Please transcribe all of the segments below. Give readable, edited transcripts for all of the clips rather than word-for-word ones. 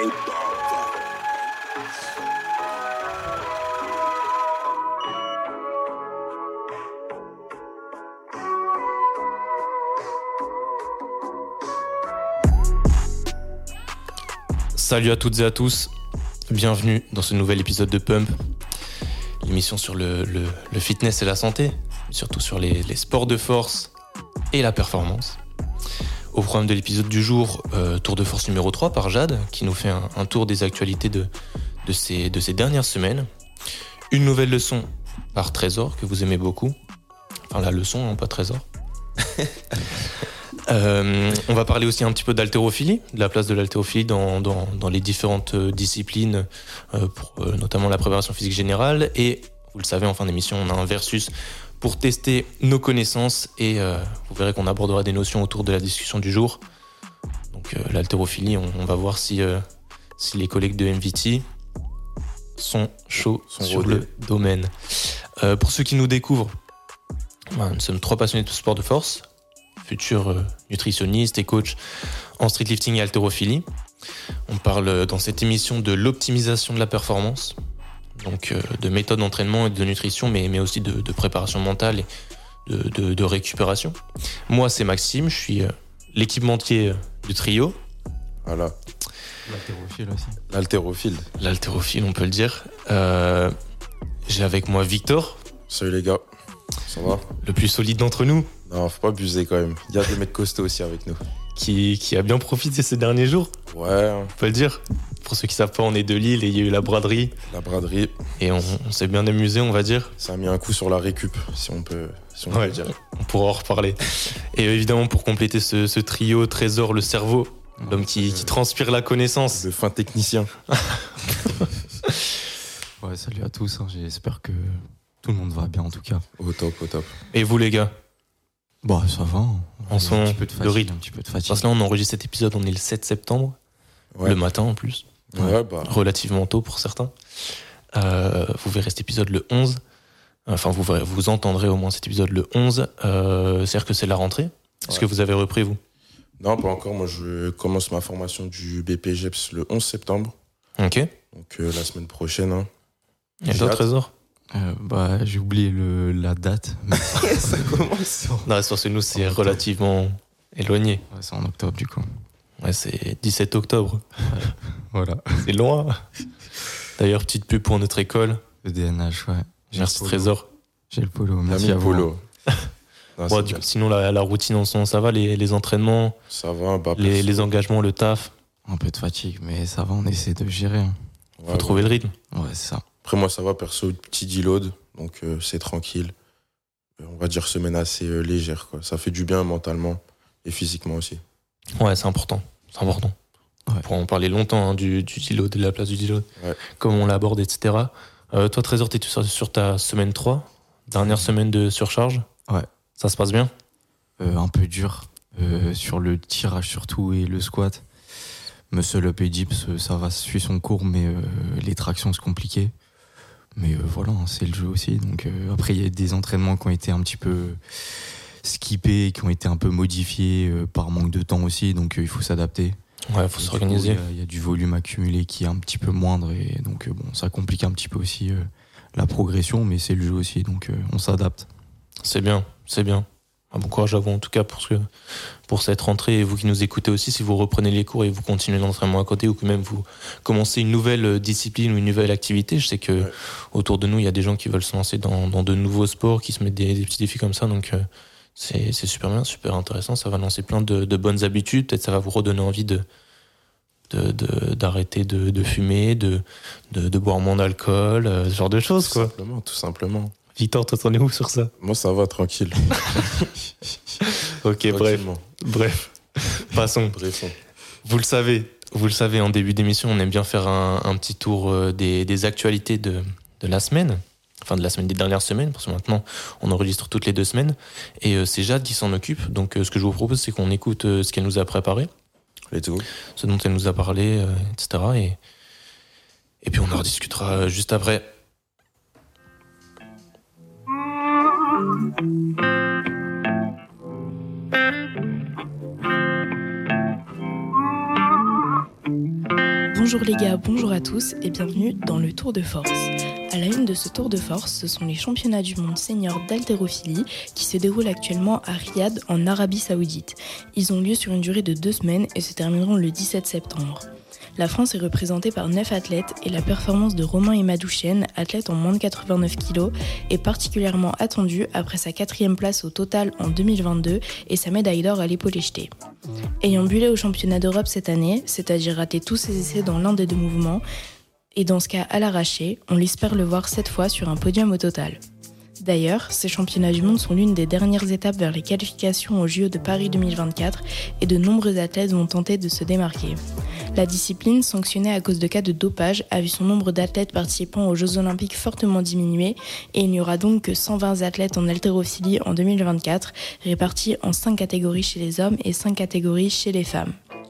Salut à toutes et à tous, bienvenue dans ce nouvel épisode de Pump, l'émission sur le fitness et la santé, surtout sur les sports de force et la performance. Au programme de l'épisode du jour, tour de force numéro 3 par Jade, qui nous fait un tour des actualités de ces dernières semaines. Une nouvelle leçon par Trésor, que vous aimez beaucoup. Enfin la leçon, hein, pas Trésor. On va parler aussi un petit peu d'haltérophilie, de la place de l'haltérophilie dans les différentes disciplines, pour notamment la préparation physique générale. Et vous le savez, en fin d'émission, on a un versus pour tester nos connaissances. Et vous verrez qu'on abordera des notions autour de la discussion du jour. Donc l'haltérophilie, on va voir si les collègues de MVT sont chauds sur le domaine. Pour ceux qui nous découvrent, nous sommes 3 passionnés de sport de force, futur nutritionniste et coach en streetlifting et haltérophilie. On parle dans cette émission de l'optimisation de la performance, donc de méthodes d'entraînement et de nutrition, mais aussi de préparation mentale et de récupération. Moi, c'est Maxime, je suis l'équipementier du trio. Voilà. L'haltérophile aussi. L'haltérophile, on peut le dire. J'ai avec moi Victor. Salut les gars, ça va ? Le plus solide d'entre nous. Non, faut pas abuser quand même. Il y a des mecs costauds aussi avec nous. Qui a bien profité ces derniers jours. Ouais. On peut le dire. Pour ceux qui savent pas, on est de Lille et il y a eu la braderie. Et on s'est bien amusé, on va dire. Ça a mis un coup sur la récup, si on peut le dire. On pourra en reparler. Et évidemment, pour compléter ce trio, Trésor, le cerveau, l'homme qui transpire la connaissance. Le fin technicien. Ouais, salut à tous. J'espère que tout le monde va bien en tout cas. Au top. Et vous les gars ? Bah ça va. En son un petit peu de fatigue, le rythme. Un petit peu de fatigue. Parce que là, on enregistre cet épisode, on est le 7 septembre. Ouais. Le matin en plus. Ouais, bah. Relativement tôt pour certains. Vous verrez cet épisode le 11. Enfin, vous entendrez au moins cet épisode le 11. C'est-à-dire que c'est la rentrée. Est-ce que vous avez repris, vous ? Non, pas encore. Moi, je commence ma formation du BPGEPS le 11 septembre. Ok. Donc la semaine prochaine. Hein. Et toi, Trésor ? J'ai oublié la date. Ça commence. Non, sur nous, c'est relativement éloigné. Ouais, c'est en octobre du coup. Ouais, c'est 17 octobre. Voilà. C'est loin. D'ailleurs, petite pub pour notre école. Le DNH, ouais. Merci Trésor. J'ai le polo. Merci à polo. Non, bon, sinon, la routine en son, ça va, les entraînements, ça va, bah, les engagements, le taf. Un peu de fatigue, mais ça va, on essaie de gérer. Hein. Faut trouver le rythme. Ouais, c'est ça. Après, moi, ça va, perso, petit deload, donc c'est tranquille. On va dire semaine assez légère, quoi. Ça fait du bien mentalement et physiquement aussi. Ouais, c'est important. Ouais. On pourra en parler longtemps, hein, du deload, de la place du deload, ouais. Comment on l'aborde, etc. Toi, Trésor, t'es sur ta semaine 3, dernière semaine de surcharge. Ouais. Ça se passe bien ? Un peu dur, sur le tirage surtout et le squat. Muscle up et dips, ça va, suit son cours, mais les tractions, c'est compliqué. Mais voilà, c'est le jeu aussi. Donc après, il y a des entraînements qui ont été un petit peu skippés, qui ont été un peu modifiés par manque de temps aussi. Donc il faut s'adapter. Ouais, il faut s'organiser. Il y a du volume accumulé qui est un petit peu moindre. Et donc ça complique un petit peu aussi la progression, mais c'est le jeu aussi. Donc on s'adapte. C'est bien. Bon courage à vous en tout cas pour cette rentrée, et vous qui nous écoutez aussi, si vous reprenez les cours et vous continuez l'entraînement à côté, ou que même vous commencez une nouvelle discipline ou une nouvelle activité. Je sais que autour de nous, il y a des gens qui veulent se lancer dans de nouveaux sports, qui se mettent des petits défis comme ça, donc c'est super bien, super intéressant. Ça va lancer plein de bonnes habitudes. Peut-être ça va vous redonner envie d'arrêter de fumer, de boire moins d'alcool, ce genre de choses, quoi. Tout simplement. Victor, toi, t'en es où sur ça ? Moi, ça va, tranquille. Ok, bref. Passons. Vous le savez, en début d'émission, on aime bien faire un petit tour des actualités de la semaine. Enfin, de la semaine, des dernières semaines, parce que maintenant, on enregistre toutes les 2 semaines. Et c'est Jade qui s'en occupe. Donc, ce que je vous propose, c'est qu'on écoute ce qu'elle nous a préparé. Let's go. Ce dont elle nous a parlé, etc. Et puis, on en rediscutera juste après. Bonjour les gars, bonjour à tous et bienvenue dans le Tour de Force. À la une de ce Tour de Force, ce sont les championnats du monde senior d'haltérophilie qui se déroulent actuellement à Riyad en Arabie Saoudite. Ils ont lieu sur une durée de 2 semaines et se termineront le 17 septembre. La France est représentée par 9 athlètes et la performance de Romain Emadouchen, athlète en moins de 89 kg, est particulièrement attendue après sa 4e place au total en 2022 et sa médaille d'or à l'épaulé jeté. Ayant bullé au championnat d'Europe cette année, c'est-à-dire raté tous ses essais dans l'un des 2 mouvements, et dans ce cas à l'arraché, on l'espère le voir cette fois sur un podium au total. D'ailleurs, ces championnats du monde sont l'une des dernières étapes vers les qualifications aux JO de Paris 2024 et de nombreux athlètes vont tenter de se démarquer. La discipline, sanctionnée à cause de cas de dopage, a vu son nombre d'athlètes participant aux Jeux Olympiques fortement diminuer et il n'y aura donc que 120 athlètes en haltérophilie en 2024, répartis en 5 catégories chez les hommes et 5 catégories chez les femmes.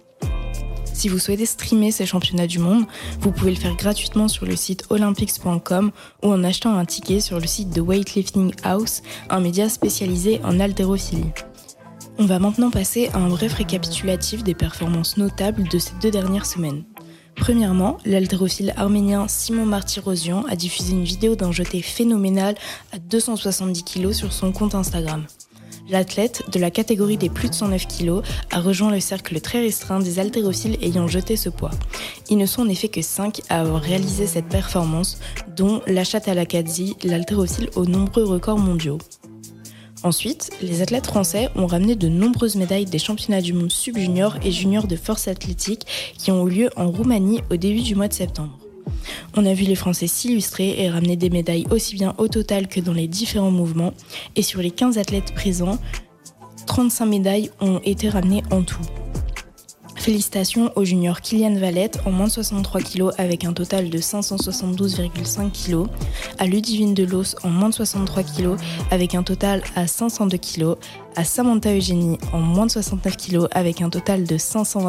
Si vous souhaitez streamer ces championnats du monde, vous pouvez le faire gratuitement sur le site olympics.com ou en achetant un ticket sur le site de Weightlifting House, un média spécialisé en haltérophilie. On va maintenant passer à un bref récapitulatif des performances notables de ces 2 dernières semaines. Premièrement, l'haltérophile arménien Simon Martyrosian a diffusé une vidéo d'un jeté phénoménal à 270 kg sur son compte Instagram. L'athlète, de la catégorie des plus de 109 kg, a rejoint le cercle très restreint des haltérophiles ayant jeté ce poids. Ils ne sont en effet que 5 à avoir réalisé cette performance, dont Lachat Alakadzi, l'haltérophile aux nombreux records mondiaux. Ensuite, les athlètes français ont ramené de nombreuses médailles des championnats du monde sub-junior et junior de force athlétique qui ont eu lieu en Roumanie au début du mois de septembre. On a vu les Français s'illustrer et ramener des médailles aussi bien au total que dans les différents mouvements. Et sur les 15 athlètes présents, 35 médailles ont été ramenées en tout. Félicitations au junior Kylian Valette en moins de 63 kg avec un total de 572,5 kg, à Ludivine Delos en moins de 63 kg avec un total à 502 kg, à Samantha Eugénie en moins de 69 kg avec un total de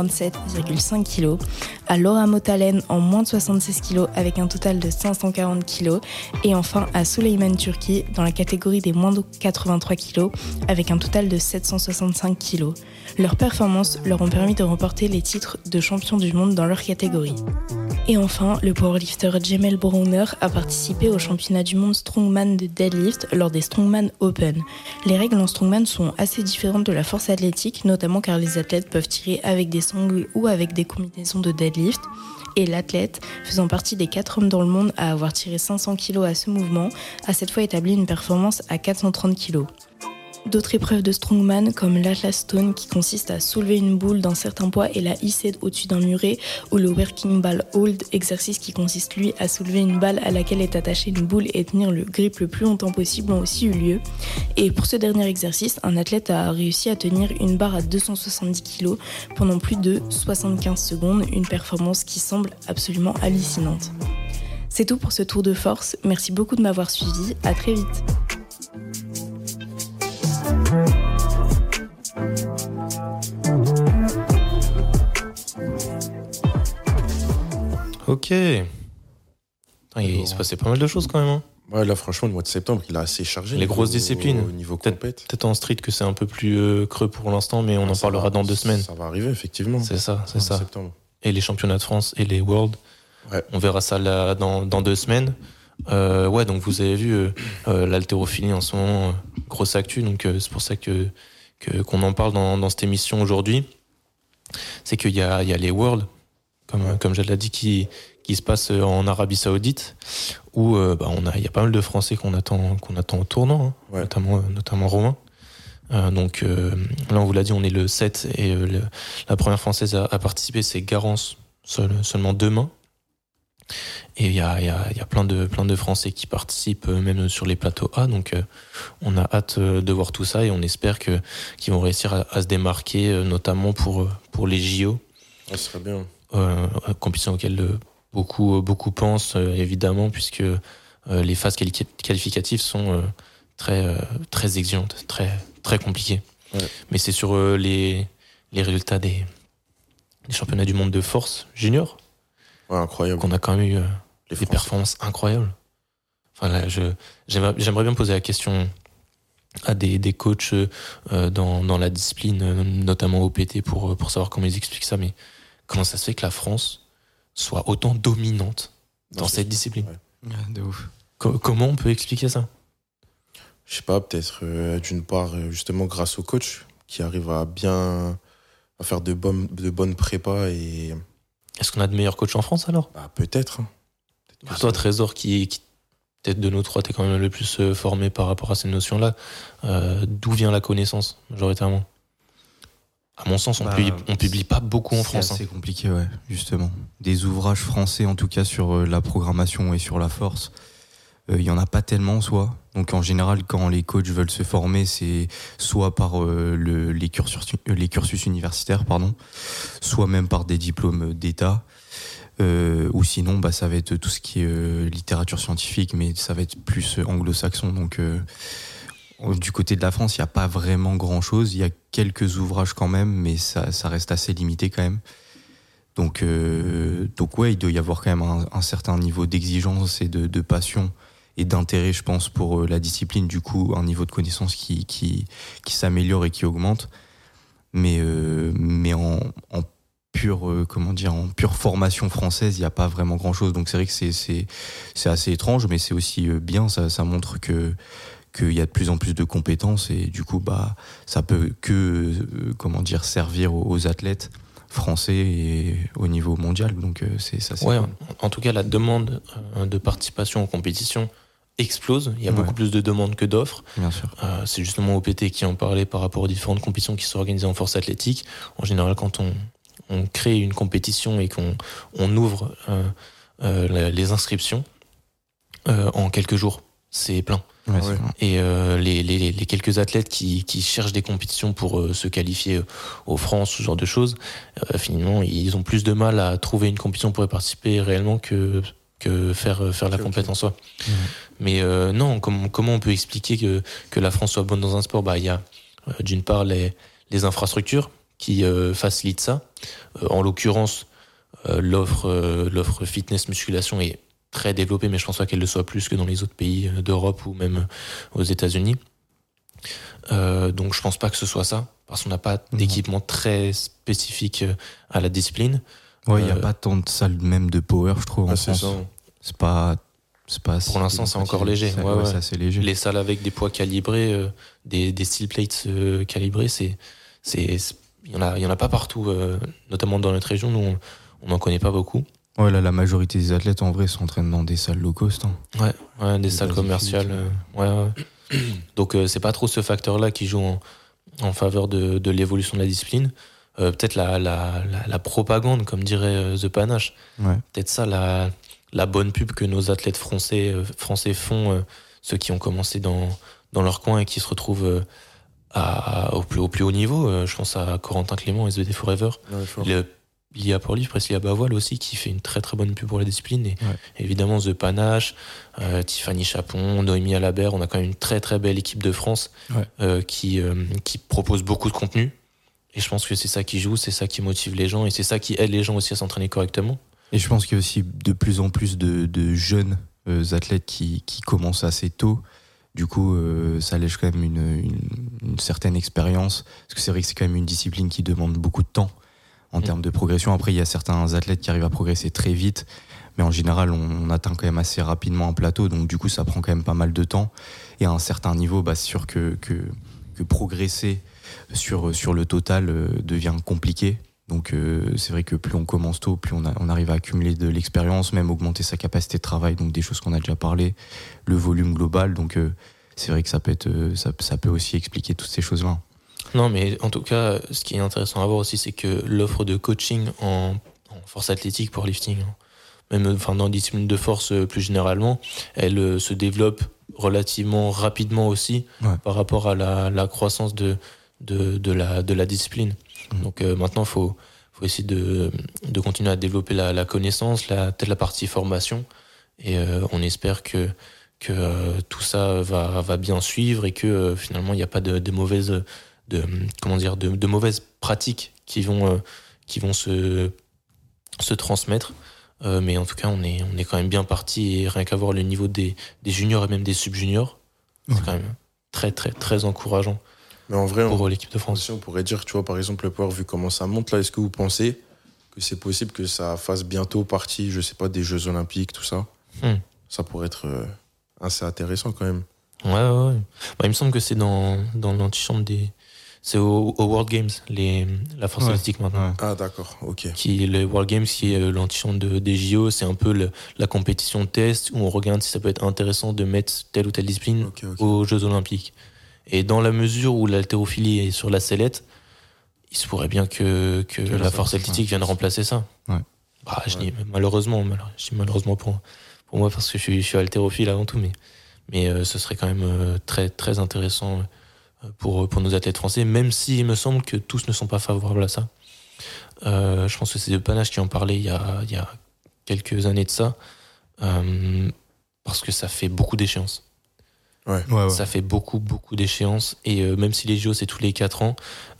527,5 kg, à Laura Motalen en moins de 76 kg avec un total de 540 kg et enfin à Souleyman Turki dans la catégorie des moins de 83 kg avec un total de 765 kg. Leurs performances leur ont permis de remporter les titres de champion du monde dans leur catégorie. Et enfin, le powerlifter Jamel Browner a participé au championnat du monde Strongman de deadlift lors des Strongman Open. Les règles en Strongman sont assez différentes de la force athlétique, notamment car les athlètes peuvent tirer avec des sangles ou avec des combinaisons de deadlift. Et l'athlète, faisant partie des 4 hommes dans le monde à avoir tiré 500 kg à ce mouvement, a cette fois établi une performance à 430 kg. D'autres épreuves de strongman comme l'Atlas Stone qui consiste à soulever une boule d'un certain poids et la hisser au-dessus d'un muret ou le Working Ball Hold, exercice qui consiste lui à soulever une balle à laquelle est attachée une boule et tenir le grip le plus longtemps possible ont aussi eu lieu. Et pour ce dernier exercice, un athlète a réussi à tenir une barre à 270 kg pendant plus de 75 secondes, une performance qui semble absolument hallucinante. C'est tout pour ce tour de force, merci beaucoup de m'avoir suivi, à très vite. Ok. Il se passait pas mal de choses quand même. Hein. Ouais, là, franchement, le mois de septembre, il a assez chargé. Les grosses disciplines. Au niveau compète. Peut-être en street que c'est un peu plus creux pour l'instant, mais on en parlera dans 2 semaines. Ça va arriver, effectivement. C'est ça. Septembre. Et les championnats de France et les Worlds. Ouais. On verra ça là dans 2 semaines. Ouais, donc vous avez vu l'haltérophilie en ce moment, grosse actu, donc c'est pour ça qu'on en parle dans cette émission aujourd'hui. C'est qu'il y a les Worlds, comme je l'ai dit, qui se passent en Arabie Saoudite, où il y a pas mal de Français qu'on attend au tournant, hein, notamment Romain. Donc là, on vous l'a dit, on est le 7 et la première Française à participer, c'est Garance, seulement demain. Et il y a plein de Français qui participent même sur les plateaux A, donc on a hâte de voir tout ça et on espère qu'ils vont réussir à se démarquer, notamment pour les JO. Ça serait bien. Compétition auxquelles beaucoup pensent, évidemment, puisque les phases qualificatives sont très exigeantes, très compliquées. Ouais. Mais c'est sur les résultats des championnats du monde de force junior. Ouais, incroyable. Qu'on a quand même eu des performances incroyables. Enfin, là, j'aimerais bien poser la question à des coachs dans la discipline, notamment au PT, pour savoir comment ils expliquent ça. Mais comment ça se fait que la France soit autant dominante dans cette discipline. Ouais. De ouf. Comment on peut expliquer ça? Je sais pas, peut-être d'une part, justement, grâce au coach qui arrive à faire de bonnes prépas et. Est-ce qu'on a de meilleurs coachs en France alors? Peut-être. Hein. Pour toi, Trésor, qui peut-être de nous trois, t'es quand même le plus formé par rapport à ces notions-là. D'où vient la connaissance, majoritairement? À mon sens, on publie pas beaucoup en France. C'est assez compliqué, ouais, justement. Des ouvrages français, en tout cas, sur la programmation et sur la force, il y en a pas tellement, soit. Donc, en général, quand les coachs veulent se former, c'est soit par les cursus universitaires, soit même par des diplômes d'État, ou sinon, ça va être tout ce qui est littérature scientifique, mais ça va être plus anglo-saxon. Donc, du côté de la France, il n'y a pas vraiment grand-chose. Il y a quelques ouvrages quand même, mais ça reste assez limité quand même. Donc ouais, il doit y avoir quand même un certain niveau d'exigence et de passion et d'intérêt, je pense, pour la discipline. Du coup, un niveau de connaissance qui s'améliore et qui augmente. Mais en pure formation française, il n'y a pas vraiment grand-chose. Donc c'est vrai que c'est assez étrange, mais c'est aussi bien. Ça montre qu'il y a de plus en plus de compétences et du coup ça peut servir aux athlètes français et au niveau mondial. Donc c'est ça. Ouais, en tout cas la demande de participation aux compétitions explose. Il y a beaucoup plus de demandes que d'offres. Bien sûr. C'est justement OPT qui en parlait par rapport aux différentes compétitions qui sont organisées en force athlétique. En général, quand on crée une compétition et qu'on ouvre les inscriptions en quelques jours, c'est plein. Ouais. Et les quelques athlètes qui cherchent des compétitions pour se qualifier aux France, ce genre de choses, finalement, ils ont plus de mal à trouver une compétition pour y participer réellement que faire la compète en soi. Mmh. Mais non, comment on peut expliquer que la France soit bonne dans un sport? Il y a d'une part les infrastructures qui facilitent ça. En l'occurrence, l'offre fitness musculation est très développée, mais je pense pas qu'elle le soit plus que dans les autres pays d'Europe ou même aux États-Unis. Donc je pense pas que ce soit ça, parce qu'on n'a pas d'équipement très spécifique à la discipline. Ouais, il n'y a pas tant de salles même de power, je trouve, en France. Ça. C'est pas pour l'instant, c'est encore léger. C'est assez léger. Les salles avec des poids calibrés, des steel plates calibrés, il y en a pas partout, notamment dans notre région. Nous, on n'en connaît pas beaucoup. Ouais, là, la majorité des athlètes, en vrai, s'entraînent dans des salles low cost. Hein. Ouais, des salles commerciales. Ouais. Donc, c'est pas trop ce facteur-là qui joue en faveur de l'évolution de la discipline. Peut-être la propagande, comme dirait The Panache. Ouais. Peut-être ça, la bonne pub que nos athlètes français font, ceux qui ont commencé dans leur coin et qui se retrouvent au plus haut niveau. Je pense à Corentin Clément, SVD Forever. Ouais, Lia Porliv, Presley Abavoil aussi, qui fait une très très bonne pub pour la discipline. Et évidemment, The Panache, Tiffany Chapon, Noémie Alabert. On a quand même une très très belle équipe de France qui propose beaucoup de contenu. Et je pense que c'est ça qui joue, c'est ça qui motive les gens et c'est ça qui aide les gens aussi à s'entraîner correctement. Et je pense qu'il y a aussi de plus en plus de jeunes athlètes qui commencent assez tôt. Du coup, ça lèche quand même une certaine expérience. Parce que c'est vrai que c'est quand même une discipline qui demande beaucoup de temps en termes de progression. Après, il y a certains athlètes qui arrivent à progresser très vite. Mais en général, on atteint quand même assez rapidement un plateau. Donc du coup, ça prend quand même pas mal de temps. Et à un certain niveau, c'est sûr que progresser sur le total devient compliqué. Donc c'est vrai que plus on commence tôt, plus on arrive à accumuler de l'expérience, même augmenter sa capacité de travail, donc des choses qu'on a déjà parlé, le volume global. Donc c'est vrai que ça peut aussi expliquer toutes ces choses-là. Non, mais en tout cas, ce qui est intéressant à voir aussi, c'est que l'offre de coaching en force athlétique, powerlifting, même dans les disciplines de force plus généralement, elle se développe relativement rapidement aussi par rapport à la croissance de la discipline. Donc maintenant, il faut essayer de continuer à développer la connaissance, peut-être la partie formation, et on espère que tout ça va bien suivre et que finalement il n'y a pas de mauvaises pratiques qui vont se transmettre. Mais en tout cas, on est quand même bien parti, et rien qu'à voir le niveau des juniors et même des sub-juniors, c'est quand même très très très encourageant. Mais en vrai, pour l'équipe de France. On pourrait dire, tu vois, par exemple, le power, vu comment ça monte là, est-ce que vous pensez que c'est possible que ça fasse bientôt partie, je sais pas, des Jeux Olympiques, tout ça. Ça pourrait être assez intéressant quand même. Ouais. Bah, il me semble que c'est dans l'antichambre des... C'est au World Games, la force soviétique maintenant. Ouais. Ah d'accord, ok. Le World Games qui est l'antichambre des JO, c'est un peu la compétition test où on regarde si ça peut être intéressant de mettre telle ou telle discipline aux Jeux Olympiques. Et dans la mesure où l'haltérophilie est sur la sellette, il se pourrait bien que la force athlétique vienne remplacer ça. Ouais. Bah, je dis malheureusement pour moi parce que je suis haltérophile avant tout, mais ce serait quand même très, très intéressant pour nos athlètes français, même s'il me semble que tous ne sont pas favorables à ça. Je pense que c'est De Panache qui en parlait il y a quelques années de ça, parce que ça fait beaucoup d'échéances. Ouais. Ça fait beaucoup d'échéances, et même si les JO c'est tous les 4 ans,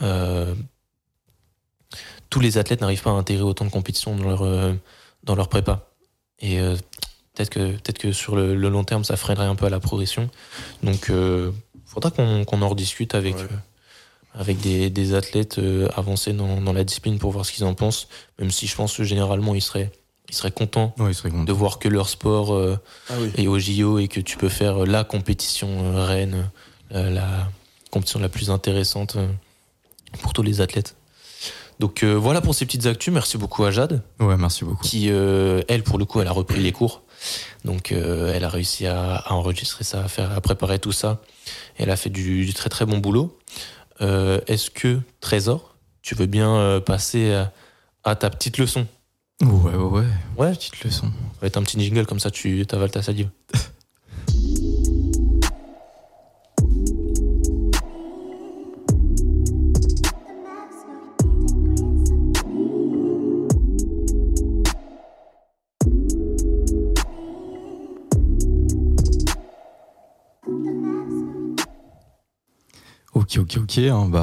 tous les athlètes n'arrivent pas à intégrer autant de compétitions dans leur prépa. Et peut-être que sur le long terme ça freinerait un peu à la progression. Donc faudra qu'on en rediscute avec des athlètes avancés dans la discipline pour voir ce qu'ils en pensent, même si je pense que généralement ils seraient contents de voir que leur sport est au JO et que tu peux faire la compétition reine, la compétition la plus intéressante pour tous les athlètes. Donc voilà pour ces petites actus. Merci beaucoup à Jade. Ouais, merci beaucoup. Qui, elle, pour le coup, elle a repris les cours. Donc elle a réussi à enregistrer ça, à préparer tout ça. Elle a fait du très très bon boulot. Est-ce que, Trésor, tu veux bien passer à ta petite leçon ? Ouais, petite leçon. Ça va être un petit jingle, comme ça tu t'avales ta salive. Ok.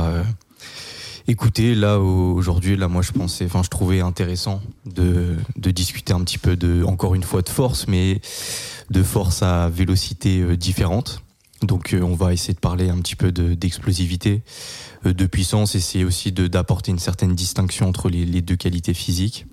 Écoutez, là aujourd'hui, moi je trouvais intéressant de discuter un petit peu encore une fois de force, mais de force à vélocité différente. Donc on va essayer de parler un petit peu d'explosivité, de puissance, essayer aussi d'apporter une certaine distinction entre les deux qualités physiques.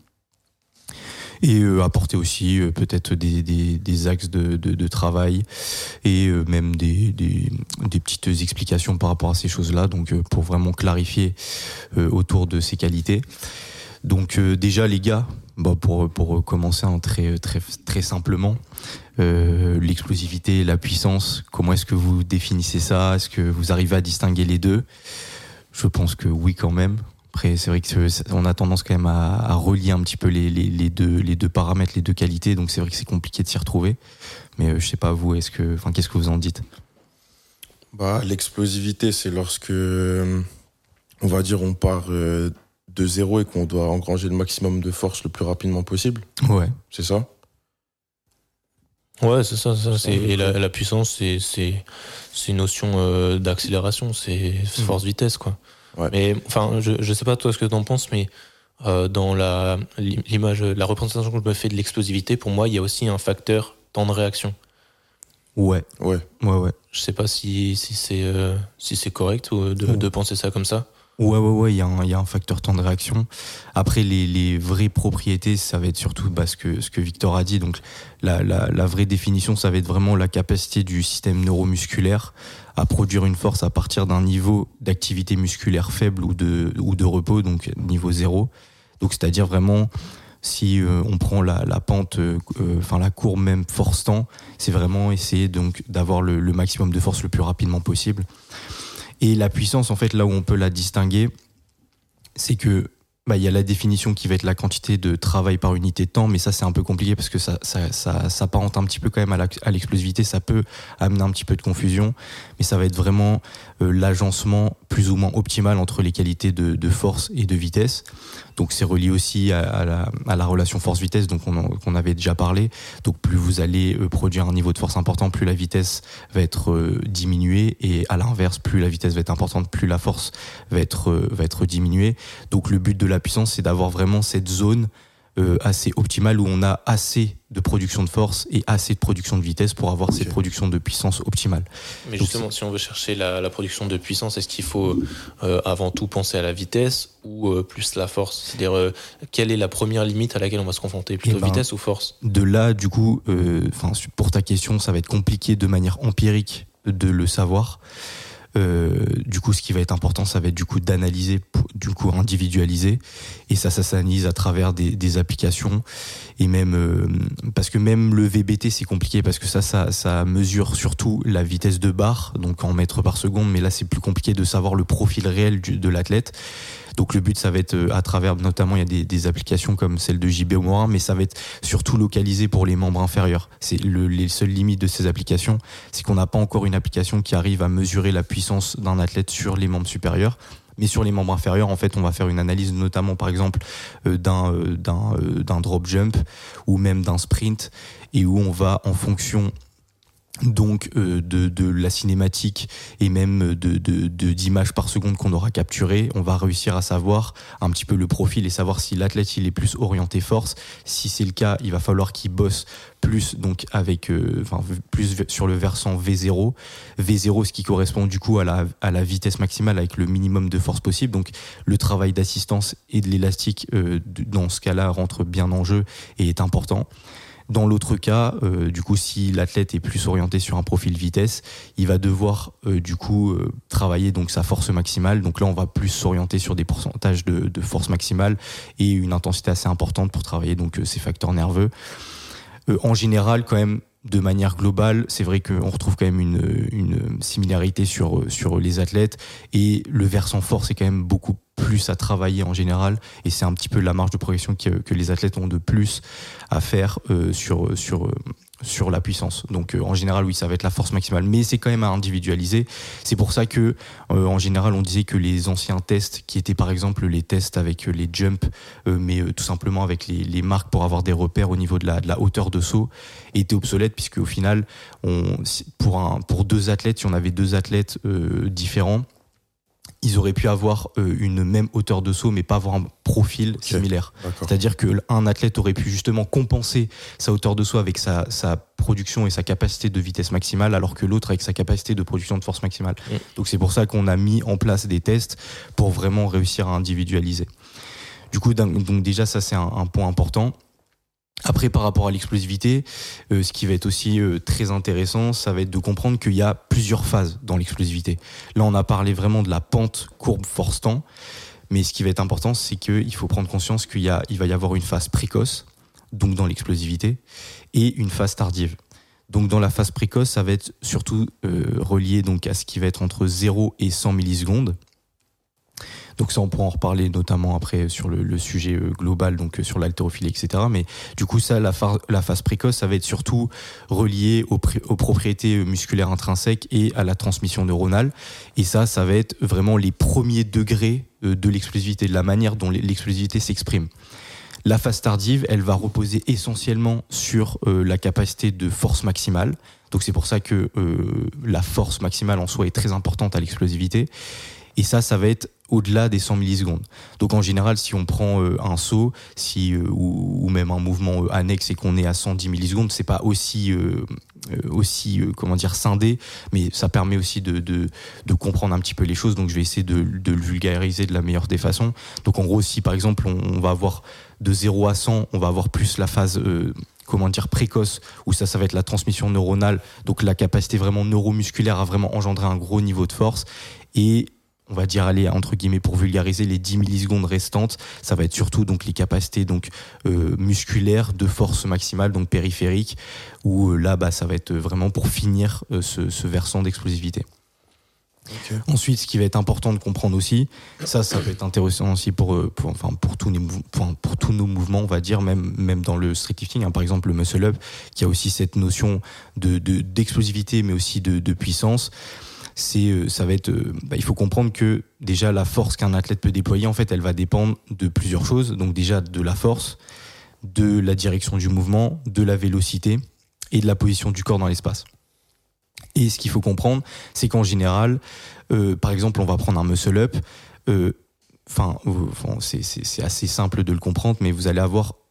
Et apporter aussi peut-être des axes de travail et même des petites explications par rapport à ces choses-là, donc pour vraiment clarifier autour de ces qualités. Donc déjà les gars, pour commencer très, très, très simplement, l'explosivité, la puissance, comment est-ce que vous définissez ça ? Est-ce que vous arrivez à distinguer les deux ? Je pense que oui quand même. Après, c'est vrai qu'on a tendance quand même à relier un petit peu les deux paramètres, les deux qualités, donc c'est vrai que c'est compliqué de s'y retrouver. Mais je sais pas vous, qu'est-ce que vous en dites ? L'explosivité, c'est lorsque, on va dire, on part de zéro et qu'on doit engranger le maximum de force le plus rapidement possible. Ouais. C'est ça ? Ouais, c'est ça. Et la puissance, c'est une notion d'accélération, c'est force-vitesse, quoi. Ouais. Mais enfin, je sais pas toi ce que t'en penses, mais dans l'image, la représentation que je me fais de l'explosivité, pour moi, il y a aussi un facteur temps de réaction. Ouais. Je sais pas si c'est correct de penser ça comme ça. Ouais, il y a un facteur temps de réaction. Après, les vraies propriétés, ça va être surtout ce que Victor a dit. Donc, la vraie définition, ça va être vraiment la capacité du système neuromusculaire à produire une force à partir d'un niveau d'activité musculaire faible ou de repos, donc niveau 0. Donc, c'est-à-dire vraiment, si on prend la pente, la courbe même force-temps, c'est vraiment essayer donc d'avoir le maximum de force le plus rapidement possible. Et la puissance, en fait, là où on peut la distinguer, c'est que il y a la définition qui va être la quantité de travail par unité de temps, mais ça c'est un peu compliqué parce que ça apparente un petit peu quand même à l'explosivité, ça peut amener un petit peu de confusion, mais ça va être vraiment l'agencement plus ou moins optimal entre les qualités de force et de vitesse. Donc c'est relié aussi à la relation force-vitesse, donc qu'on avait déjà parlé. Donc plus vous allez produire un niveau de force important, plus la vitesse va être diminuée, et à l'inverse, plus la vitesse va être importante, plus la force va être diminuée. Donc le but de la puissance, c'est d'avoir vraiment cette zone assez optimale, où on a assez de production de force et assez de production de vitesse pour avoir cette production de puissance optimale. Mais justement, si on veut chercher la production de puissance, est-ce qu'il faut avant tout penser à la vitesse ou plus la force ? C'est-à-dire, quelle est la première limite à laquelle on va se confronter ? Plutôt vitesse ou force ? De là, du coup, pour ta question, ça va être compliqué de manière empirique de le savoir. Du coup, ce qui va être important, ça va être du coup d'analyser, du coup individualiser, et ça s'analyse à travers des applications, et même parce que même le VBT c'est compliqué parce que ça mesure surtout la vitesse de barre, donc en mètres par seconde, mais là c'est plus compliqué de savoir le profil réel de l'athlète. Donc le but, ça va être à travers, notamment il y a des applications comme celle de JB Morin, mais ça va être surtout localisé pour les membres inférieurs. C'est les seules limites de ces applications, c'est qu'on n'a pas encore une application qui arrive à mesurer la puissance d'un athlète sur les membres supérieurs. Mais sur les membres inférieurs, en fait, on va faire une analyse, notamment par exemple d'un drop jump ou même d'un sprint, et où on va, en fonction donc de la cinématique et même d'images par seconde qu'on aura capturées, on va réussir à savoir un petit peu le profil et savoir si l'athlète il est plus orienté force. Si c'est le cas, il va falloir qu'il bosse plus, donc avec plus sur le versant V0, ce qui correspond du coup à la vitesse maximale avec le minimum de force possible. Donc le travail d'assistance et de l'élastique dans ce cas-là rentre bien en jeu et est important. Dans l'autre cas, du coup, si l'athlète est plus orienté sur un profil vitesse, il va devoir travailler donc sa force maximale. Donc là, on va plus s'orienter sur des pourcentages de force maximale et une intensité assez importante pour travailler donc ces facteurs nerveux. En général, quand même, de manière globale, c'est vrai qu'on retrouve quand même une similarité sur les athlètes, et le versant force est quand même beaucoup plus à travailler en général, et c'est un petit peu la marge de progression que les athlètes ont de plus à faire sur la puissance. Donc en général, oui, ça va être la force maximale, mais c'est quand même à individualiser. C'est pour ça que en général, on disait que les anciens tests, qui étaient par exemple les tests avec les jumps, mais tout simplement avec les marques pour avoir des repères au niveau de la hauteur de saut, étaient obsolètes, puisque au final, pour deux athlètes, si on avait deux athlètes différents, ils auraient pu avoir une même hauteur de saut mais pas avoir un profil similaire. D'accord. C'est-à-dire qu'un athlète aurait pu justement compenser sa hauteur de saut avec sa production et sa capacité de vitesse maximale, alors que l'autre avec sa capacité de production de force maximale. Donc c'est pour ça qu'on a mis en place des tests pour vraiment réussir à individualiser. Du coup, donc déjà ça c'est un point important. Après, par rapport à l'explosivité, ce qui va être aussi très intéressant, ça va être de comprendre qu'il y a plusieurs phases dans l'explosivité. Là, on a parlé vraiment de la pente courbe force-temps, mais ce qui va être important, c'est qu'il faut prendre conscience qu'il va y avoir une phase précoce, donc dans l'explosivité, et une phase tardive. Donc dans la phase précoce, ça va être surtout relié donc à ce qui va être entre 0 et 100 millisecondes. Donc ça, on pourra en reparler notamment après sur le sujet global, donc sur l'haltérophilie, etc. Mais du coup, ça, la phase précoce, ça va être surtout relié aux propriétés musculaires intrinsèques et à la transmission neuronale. Et ça va être vraiment les premiers degrés de l'explosivité, de la manière dont l'explosivité s'exprime. La phase tardive, elle va reposer essentiellement sur la capacité de force maximale. Donc c'est pour ça que la force maximale en soi est très importante à l'explosivité. Et ça va être au-delà des 100 millisecondes. Donc en général, si on prend un saut, ou même un mouvement annexe et qu'on est à 110 millisecondes, c'est pas aussi scindé, mais ça permet aussi de comprendre un petit peu les choses. Donc je vais essayer de le vulgariser de la meilleure des façons. Donc en gros, si par exemple on va avoir de 0 à 100, on va avoir plus la phase précoce, où ça va être la transmission neuronale, donc la capacité vraiment neuromusculaire à vraiment engendrer un gros niveau de force. Et on va dire, allez, entre guillemets, pour vulgariser, les 10 millisecondes restantes, ça va être surtout donc les capacités donc musculaires de force maximale, donc périphérique, où là, ça va être vraiment pour finir ce versant d'explosivité. Okay. Ensuite, ce qui va être important de comprendre aussi, ça va être intéressant aussi pour tous nos mouvements, on va dire, même dans le streetlifting, hein, par exemple le muscle up, qui a aussi cette notion d'explosivité, mais aussi de puissance. Ça va être, il faut comprendre que déjà la force qu'un athlète peut déployer, en fait, elle va dépendre de plusieurs choses. Donc déjà de la force, de la direction du mouvement, de la vélocité et de la position du corps dans l'espace. Et ce qu'il faut comprendre, c'est qu'en général, par exemple, on va prendre un muscle up. C'est assez simple de le comprendre, mais vous allez avoir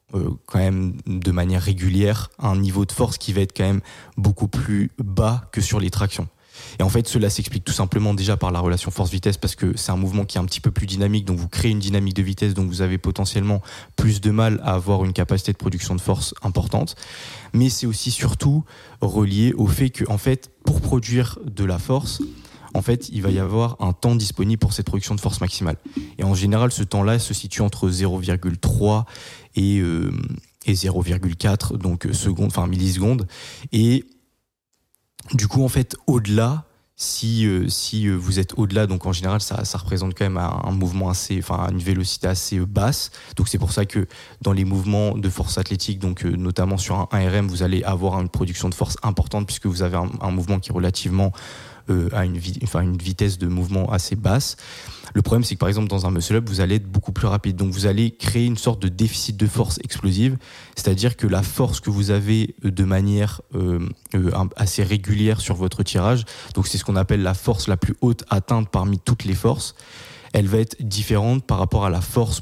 quand même de manière régulière un niveau de force qui va être quand même beaucoup plus bas que sur les tractions. Et en fait, cela s'explique tout simplement déjà par la relation force-vitesse, parce que c'est un mouvement qui est un petit peu plus dynamique, donc vous créez une dynamique de vitesse, donc vous avez potentiellement plus de mal à avoir une capacité de production de force importante. Mais c'est aussi surtout relié au fait que, en fait, pour produire de la force, en fait, il va y avoir un temps disponible pour cette production de force maximale. Et en général, ce temps-là se situe entre 0,3 et 0,4 donc secondes, enfin millisecondes. Et du coup, en fait, au-delà, si vous êtes au-delà, donc en général, ça représente quand même un mouvement une vélocité assez basse. Donc c'est pour ça que dans les mouvements de force athlétique, donc notamment sur un 1RM, vous allez avoir une production de force importante puisque vous avez un mouvement qui est relativement à une vitesse de mouvement assez basse. Le problème, c'est que par exemple dans un muscle-up, vous allez être beaucoup plus rapide. Donc vous allez créer une sorte de déficit de force explosive, c'est-à-dire que la force que vous avez de manière assez régulière sur votre tirage, donc c'est ce qu'on appelle la force la plus haute atteinte parmi toutes les forces, elle va être différente par rapport à la force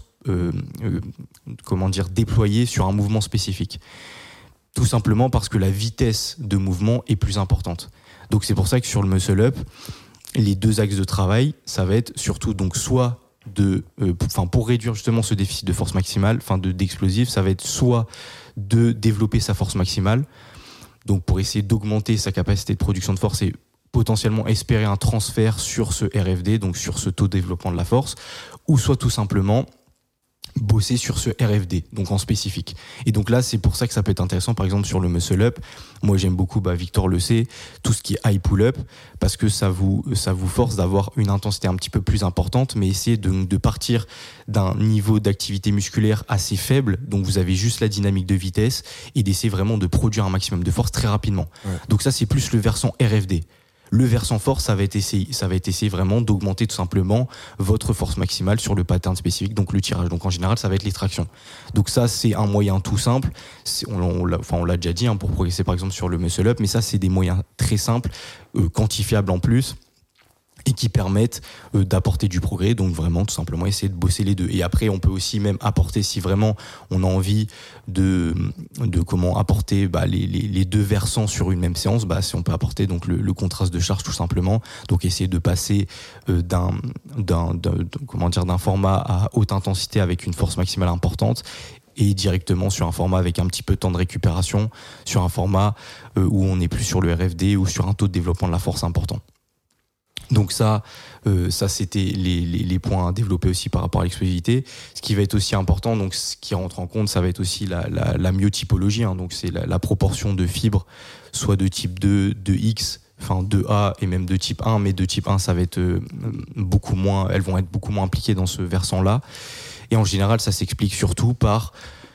déployée sur un mouvement spécifique. Tout simplement parce que la vitesse de mouvement est plus importante. Donc c'est pour ça que sur le muscle-up, les deux axes de travail, ça va être surtout donc soit pour réduire justement ce déficit de force maximale, d'explosif, ça va être soit de développer sa force maximale, donc pour essayer d'augmenter sa capacité de production de force et potentiellement espérer un transfert sur ce RFD, donc sur ce taux de développement de la force, ou soit tout simplement bosser sur ce RFD, donc en spécifique. Et donc là, c'est pour ça que ça peut être intéressant, par exemple, sur le muscle-up. Moi, j'aime beaucoup, Victor le sait, tout ce qui est high pull-up, parce que ça vous force d'avoir une intensité un petit peu plus importante, mais essayer de partir d'un niveau d'activité musculaire assez faible, donc vous avez juste la dynamique de vitesse, et d'essayer vraiment de produire un maximum de force très rapidement. Ouais. Donc ça, c'est plus le versant RFD. Le versant force, ça va être essayer vraiment d'augmenter tout simplement votre force maximale sur le pattern spécifique, donc le tirage. Donc en général, ça va être les tractions. Donc ça, c'est un moyen tout simple. On l'a déjà dit pour progresser par exemple sur le muscle up, mais ça, c'est des moyens très simples, quantifiables en plus, et qui permettent d'apporter du progrès. Donc vraiment tout simplement essayer de bosser les deux. Et après on peut aussi même apporter, si vraiment on a envie de comment apporter les deux versants sur une même séance, si on peut apporter donc le contraste de charge tout simplement. Donc essayer de passer d'un format à haute intensité avec une force maximale importante et directement sur un format avec un petit peu de temps de récupération, sur un format où on n'est plus sur le RFD ou sur un taux de développement de la force important. Donc ça c'était les points à développer aussi par rapport à l'explosivité. Ce qui va être aussi important, donc ce qui rentre en compte, ça va être aussi la myotypologie, donc c'est la proportion de fibres, soit de type 2, de X, 2A et même de type 1, mais de type 1 ça va être beaucoup moins, elles vont être beaucoup moins impliquées dans ce versant-là. Et en général, ça s'explique surtout par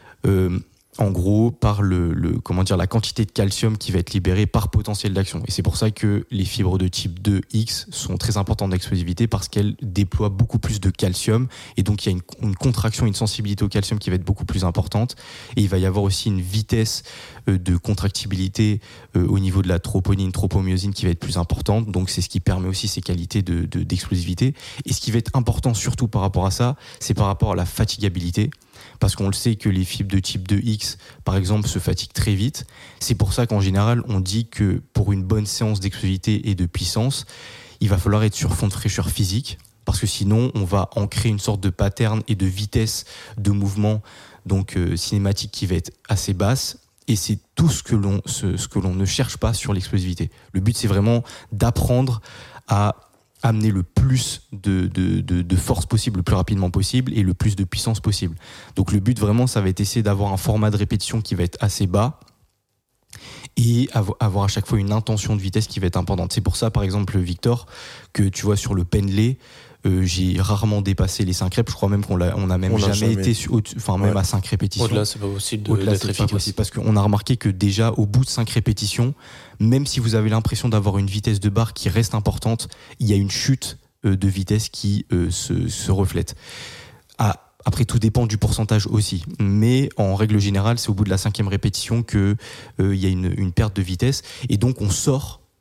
par la quantité de calcium qui va être libérée par potentiel d'action. Et c'est pour ça que les fibres de type 2X sont très importantes d'explosivité, parce qu'elles déploient beaucoup plus de calcium, et donc il y a une contraction, une sensibilité au calcium qui va être beaucoup plus importante, et il va y avoir aussi une vitesse de contractibilité au niveau de la troponine, tropomyosine qui va être plus importante, donc c'est ce qui permet aussi ces qualités d'explosivité. Et ce qui va être important surtout par rapport à ça, c'est par rapport à la fatigabilité, parce qu'on le sait que les fibres de type 2X, par exemple, se fatiguent très vite. C'est pour ça qu'en général, on dit que pour une bonne séance d'explosivité et de puissance, il va falloir être sur fond de fraîcheur physique, parce que sinon, on va ancrer une sorte de pattern et de vitesse de mouvement donc cinématique qui va être assez basse. Et c'est tout ce que l'on ne cherche pas sur l'explosivité. Le but, c'est vraiment d'apprendre à amener le plus de force possible, le plus rapidement possible, et le plus de puissance possible. Donc le but vraiment, ça va être essayer d'avoir un format de répétition qui va être assez bas, et avoir à chaque fois une intention de vitesse qui va être importante. C'est pour ça, par exemple, Victor, que tu vois sur le pendlay, j'ai rarement dépassé les 5 reps. Je crois même qu'on a même jamais été même à 5 répétitions. Au-delà, c'est pas possible d'être efficace. Parce qu'on a remarqué que déjà au bout de 5 répétitions, même si vous avez l'impression d'avoir une vitesse de barre qui reste importante, il y a une chute de vitesse qui se reflète. Après, tout dépend du pourcentage aussi, mais en règle générale, c'est au bout de la 5e répétition que il y a une perte de vitesse, et donc on sort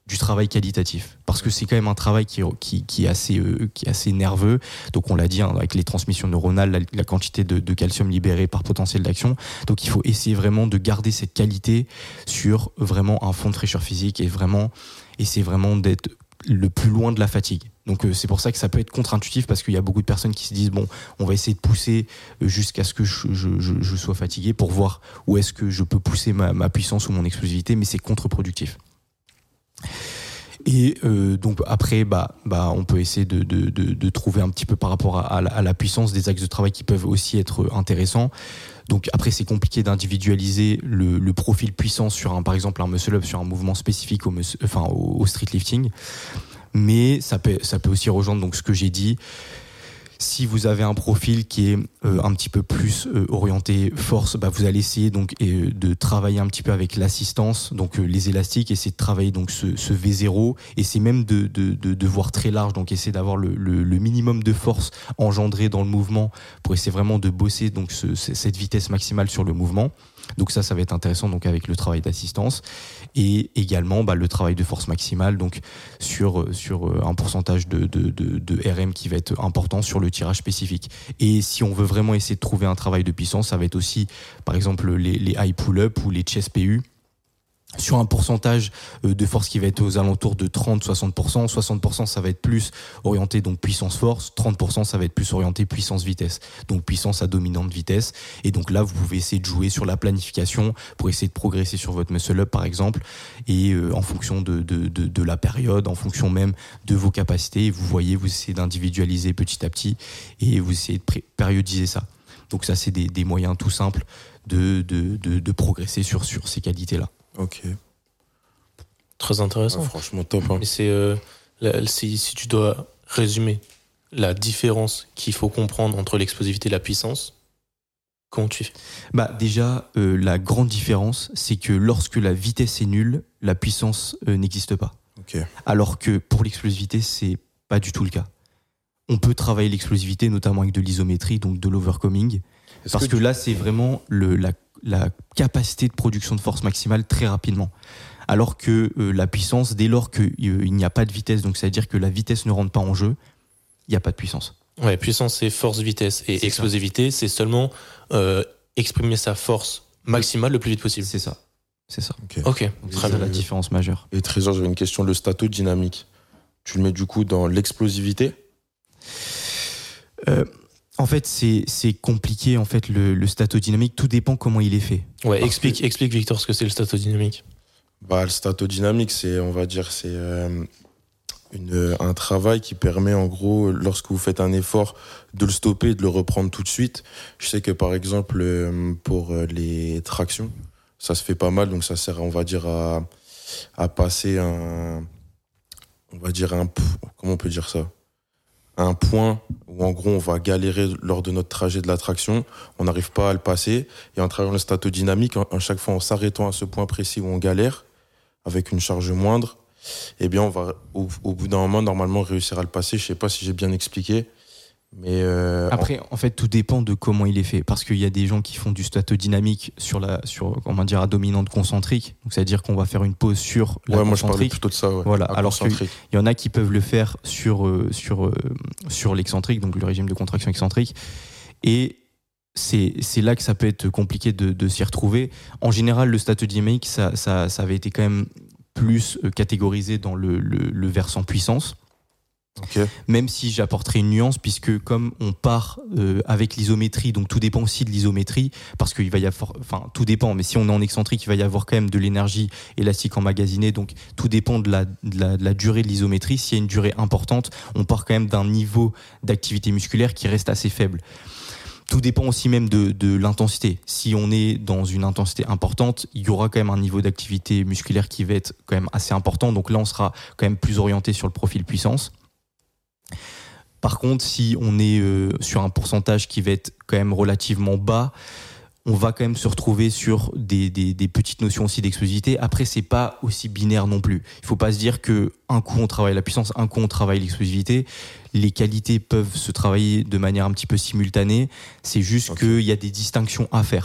du travail qualitatif, parce que c'est quand même un travail qui est assez nerveux. Donc on l'a dit, avec les transmissions neuronales, la quantité de calcium libérée par potentiel d'action. Donc il faut essayer vraiment de garder cette qualité sur vraiment un fond de fraîcheur physique et vraiment essayer vraiment d'être le plus loin de la fatigue. Donc c'est pour ça que ça peut être contre-intuitif, parce qu'il y a beaucoup de personnes qui se disent bon, on va essayer de pousser jusqu'à ce que je sois fatigué pour voir où est-ce que je peux pousser ma puissance ou mon explosivité, mais c'est contre-productif. Et donc après on peut essayer de trouver un petit peu par rapport à la puissance des axes de travail qui peuvent aussi être intéressants. Donc après c'est compliqué d'individualiser le profil puissance par exemple un muscle up sur un mouvement spécifique au street lifting, mais ça peut aussi rejoindre donc ce que j'ai dit. Si vous avez un profil qui est un petit peu plus orienté force, vous allez essayer donc de travailler un petit peu avec l'assistance, donc les élastiques, essayer de travailler donc ce V0, essayer même de voir très large, donc essayer d'avoir le minimum de force engendrée dans le mouvement pour essayer vraiment de bosser donc cette vitesse maximale sur le mouvement. Donc ça va être intéressant donc avec le travail d'assistance, et également le travail de force maximale donc sur un pourcentage de RM qui va être important sur le tirage spécifique. Et si on veut vraiment essayer de trouver un travail de puissance, ça va être aussi par exemple les high pull-up ou les chest PU sur un pourcentage de force qui va être aux alentours de 30-60%. 60% ça va être plus orienté donc puissance-force, 30% ça va être plus orienté puissance-vitesse, donc puissance à dominante vitesse. Et donc là vous pouvez essayer de jouer sur la planification pour essayer de progresser sur votre muscle-up par exemple, et en fonction de la période, en fonction même de vos capacités, vous essayez d'individualiser petit à petit et vous essayez de périodiser ça. Donc ça c'est des moyens tout simples de progresser sur ces qualités-là. Ok. Très intéressant. Franchement top. Hein. Mais si tu dois résumer la différence qu'il faut comprendre entre l'explosivité et la puissance, comment tu fais ? Déjà, la grande différence, c'est que lorsque la vitesse est nulle, la puissance n'existe pas. Okay. Alors que pour l'explosivité, c'est pas du tout le cas. On peut travailler l'explosivité, notamment avec de l'isométrie, donc de l'overcoming, parce que là, c'est vraiment la capacité de production de force maximale très rapidement. Alors que la puissance, dès lors qu'il n'y a pas de vitesse, donc c'est-à-dire que la vitesse ne rentre pas en jeu, il n'y a pas de puissance. Ouais, puissance c'est force, vitesse, et explosivité c'est seulement exprimer sa force maximale le plus vite possible. C'est ça. Ok. C'est la différence majeure. Et Trésor, j'avais une question, le statodynamique, tu le mets du coup dans l'explosivité ? En fait, c'est compliqué, en fait, le statodynamique. Tout dépend comment il est fait. Ouais, explique Victor ce que c'est le statodynamique. Le statodynamique, c'est un travail qui permet, en gros, lorsque vous faites un effort, de le stopper et de le reprendre tout de suite. Je sais que, par exemple, pour les tractions, ça se fait pas mal, donc ça sert, on va dire, à passer comment on peut dire ça ? Un point où en gros on va galérer lors de notre trajet de la traction, on n'arrive pas à le passer, et en travaillant le statodynamique, à chaque fois en s'arrêtant à ce point précis où on galère, avec une charge moindre, eh bien on va au bout d'un moment normalement réussir à le passer. Je sais pas si j'ai bien expliqué, mais après en fait tout dépend de comment il est fait, parce qu'il y a des gens qui font du statodynamique sur à dominante concentrique, donc c'est à dire qu'on va faire une pause sur la concentrique. Moi je parlais plutôt de ça, voilà, alors qu'il y en a qui peuvent le faire sur l'excentrique, donc le régime de contraction excentrique, et c'est là que ça peut être compliqué de s'y retrouver. En général le statodynamique ça avait été quand même plus catégorisé dans le versant puissance. Okay. Même si j'apporterai une nuance, puisque comme on part avec l'isométrie, donc tout dépend aussi de l'isométrie, parce qu'il va y avoir, tout dépend, mais si on est en excentrique, il va y avoir quand même de l'énergie élastique emmagasinée, donc tout dépend de la durée de l'isométrie. S'il y a une durée importante, on part quand même d'un niveau d'activité musculaire qui reste assez faible. Tout dépend aussi même de l'intensité. Si on est dans une intensité importante, il y aura quand même un niveau d'activité musculaire qui va être quand même assez important, donc là on sera quand même plus orienté sur le profil puissance. Par contre, si on est sur un pourcentage qui va être quand même relativement bas, on va quand même se retrouver sur des petites notions aussi d'explosivité. Après, c'est pas aussi binaire non plus. Il faut pas se dire que un coup on travaille la puissance, un coup on travaille l'explosivité. Les qualités peuvent se travailler de manière un petit peu simultanée. C'est juste qu'il y a des distinctions à faire.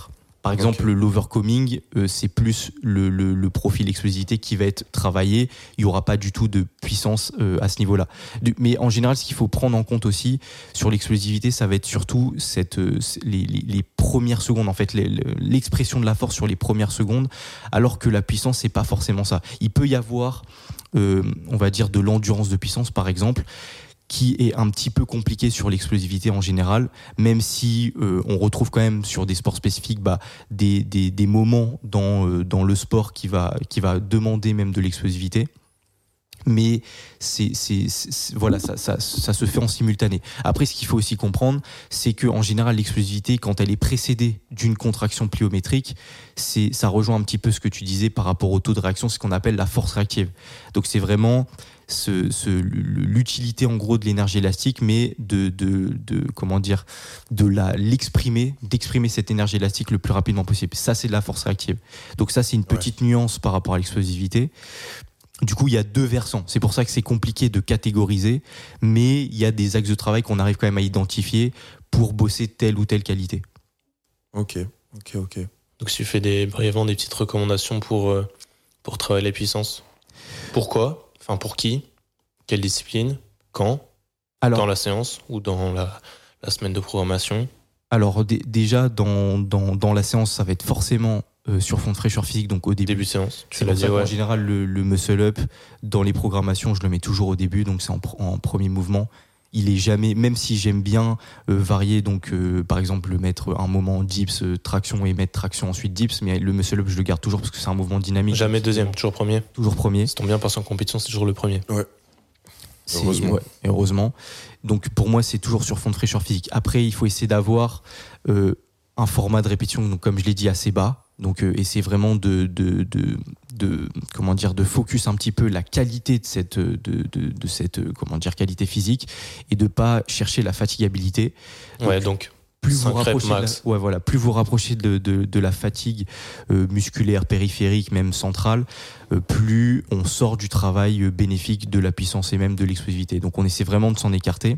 Par exemple, l'overcoming, c'est plus le profil explosivité qui va être travaillé. Il n'y aura pas du tout de puissance à ce niveau-là. Mais en général, ce qu'il faut prendre en compte aussi sur l'explosivité, ça va être surtout les premières secondes, en fait, l'expression de la force sur les premières secondes, alors que la puissance, c'est pas forcément ça. Il peut y avoir, on va dire, de l'endurance de puissance, par exemple, qui est un petit peu compliqué sur l'explosivité en général, même si on retrouve quand même sur des sports spécifiques des moments dans le sport qui va demander même de l'explosivité. Mais voilà, ça se fait en simultané. Après, ce qu'il faut aussi comprendre, c'est que en général, l'explosivité, quand elle est précédée d'une contraction pliométrique, ça rejoint un petit peu ce que tu disais par rapport au taux de réaction, c'est ce qu'on appelle la force réactive. Donc c'est vraiment l'utilité en gros de l'énergie élastique, mais d'exprimer cette énergie élastique le plus rapidement possible. Ça, c'est de la force réactive. Donc ça, c'est une petite nuance par rapport à l'explosivité. Du coup, il y a deux versants. C'est pour ça que c'est compliqué de catégoriser, mais il y a des axes de travail qu'on arrive quand même à identifier pour bosser telle ou telle qualité. Ok. Donc si tu fais brièvement des petites recommandations pour travailler la puissance. Pourquoi ? Enfin, pour qui ? Quelle discipline ? Quand ? Dans la séance ou dans la semaine de programmation ? Alors déjà, dans la séance, ça va être forcément sur fond de fraîcheur physique, donc au début de séance. C'est pour ça qu'en général, le muscle up, dans les programmations, je le mets toujours au début, donc c'est en premier mouvement. Il est jamais, même si j'aime bien varier, donc par exemple mettre un moment dips, traction et mettre traction ensuite dips, mais le muscle up je le garde toujours parce que c'est un mouvement dynamique. Jamais deuxième, toujours premier. Toujours premier. Ça tombe bien parce qu'en compétition c'est toujours le premier. Ouais. Heureusement. Donc pour moi c'est toujours sur fond de fraîcheur physique. Après il faut essayer d'avoir un format de répétition, donc comme je l'ai dit, assez bas. Donc essayer vraiment de focus un petit peu la qualité de cette qualité physique et de pas chercher la fatigabilité. Donc plus vous rapprochez de la fatigue musculaire, périphérique, même centrale, plus on sort du travail bénéfique de la puissance et même de l'explosivité. Donc on essaie vraiment de s'en écarter.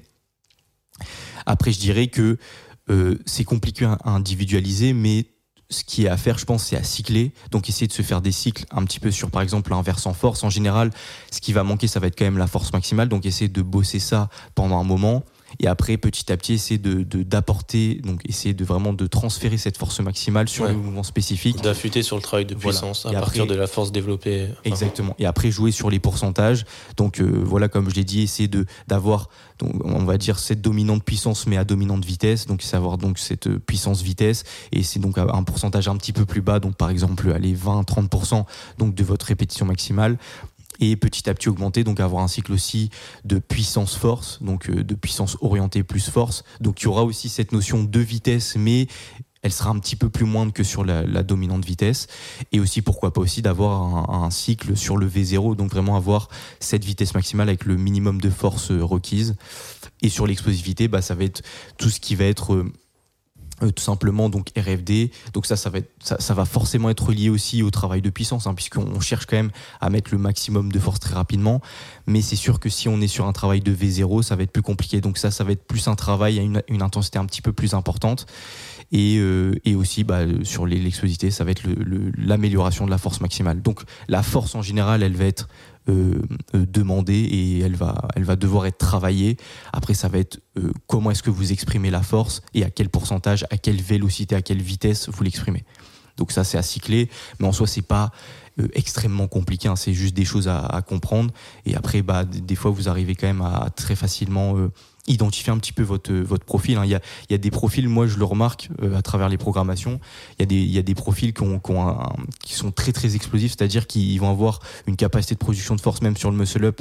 Après je dirais que c'est compliqué à individualiser, mais ce qui est à faire, je pense, c'est à cycler. Donc, essayer de se faire des cycles un petit peu sur, par exemple, un versant force. En général, ce qui va manquer, ça va être quand même la force maximale. Donc, essayer de bosser ça pendant un moment. Et après, petit à petit, essayer d'apporter, donc essayer de vraiment de transférer cette force maximale sur le mouvement spécifique. D'affûter sur le travail de puissance à partir de la force développée. Exactement. Et après, jouer sur les pourcentages. Donc, comme je l'ai dit, essayer d'avoir, donc, on va dire, cette dominante puissance, mais à dominante vitesse. Donc, savoir donc cette puissance-vitesse. Et c'est donc un pourcentage un petit peu plus bas. Donc, par exemple, aller 20-30% donc, de votre répétition maximale. Et petit à petit augmenter, donc avoir un cycle aussi de puissance-force, donc de puissance orientée plus force. Donc il y aura aussi cette notion de vitesse, mais elle sera un petit peu plus moindre que sur la dominante vitesse. Et aussi, pourquoi pas aussi d'avoir un cycle sur le V0, donc vraiment avoir cette vitesse maximale avec le minimum de force requise. Et sur l'explosivité, ça va être tout ce qui va être... tout simplement donc RFD, donc ça va forcément être lié aussi au travail de puissance, puisqu'on cherche quand même à mettre le maximum de force très rapidement, mais c'est sûr que si on est sur un travail de V0, ça va être plus compliqué, donc ça va être plus un travail à une intensité un petit peu plus importante, et aussi sur l'explosivité, ça va être l'amélioration de la force maximale. Donc la force en général, elle va être demandée et elle va devoir être travaillée. Après, ça va être comment est-ce que vous exprimez la force et à quel pourcentage, à quelle vélocité, à quelle vitesse vous l'exprimez. Donc ça, c'est à cycler, mais en soi, c'est pas extrêmement compliqué, c'est juste des choses à comprendre. Et après, des fois, vous arrivez quand même à très facilement identifier un petit peu votre profil. Il y a des profils, moi je le remarque à travers les programmations, il y a des profils qui sont très très explosifs, c'est-à-dire qu'ils vont avoir une capacité de production de force même sur le muscle up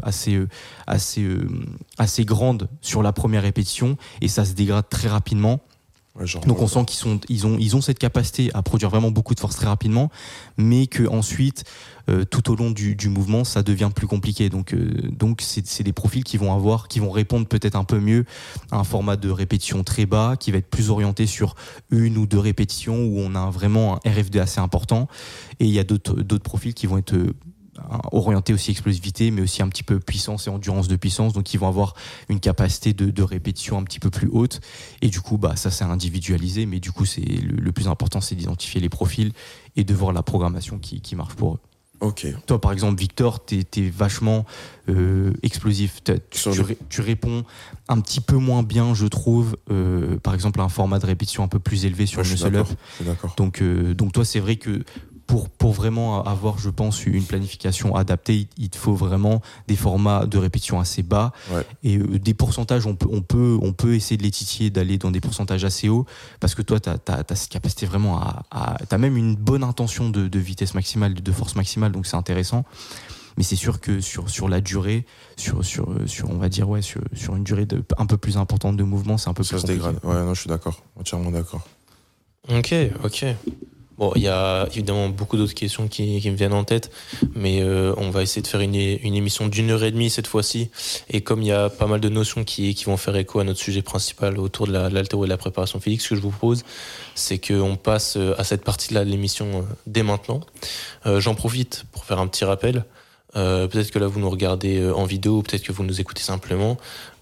assez grande sur la première répétition, et ça se dégrade très rapidement. Donc on sent qu'ils ont cette capacité à produire vraiment beaucoup de force très rapidement, mais que ensuite tout au long du mouvement ça devient plus compliqué. Donc c'est des profils qui vont répondre peut-être un peu mieux à un format de répétition très bas, qui va être plus orienté sur une ou deux répétitions où on a vraiment un RFD assez important. Et il y a d'autres profils qui vont être orientés aussi explosivité, mais aussi un petit peu puissance et endurance de puissance. Donc ils vont avoir une capacité de répétition un petit peu plus haute. Et du coup, ça c'est individualisé, mais du coup c'est le plus important, c'est d'identifier les profils et de voir la programmation qui marche pour eux. Ok. Toi, par exemple, Victor, t'es vachement explosif. Tu réponds un petit peu moins bien, je trouve, par exemple, à un format de répétition un peu plus élevé sur le muscle-up. Je suis d'accord. Donc toi, c'est vrai que pour vraiment avoir, je pense, une planification adaptée, il te faut vraiment des formats de répétition assez bas. Ouais. Et des pourcentages, on peut essayer de les titiller, d'aller dans des pourcentages assez hauts, parce que toi, t'as cette capacité vraiment t'as même une bonne intention de vitesse maximale, de force maximale, donc c'est intéressant. Mais c'est sûr que sur la durée, sur on va dire sur une durée un peu plus importante de mouvement, c'est un peu plus compliqué. Ça se dégrade. Ouais, non, je suis d'accord, entièrement d'accord. Ok. Bon, il y a évidemment beaucoup d'autres questions qui me viennent en tête, mais on va essayer de faire une émission d'1h30 cette fois-ci. Et comme il y a pas mal de notions qui vont faire écho à notre sujet principal autour de l'haltéro et de la préparation physique, ce que je vous propose, c'est qu'on passe à cette partie-là de l'émission dès maintenant. J'en profite pour faire un petit rappel. Peut-être que là, vous nous regardez en vidéo, peut-être que vous nous écoutez simplement.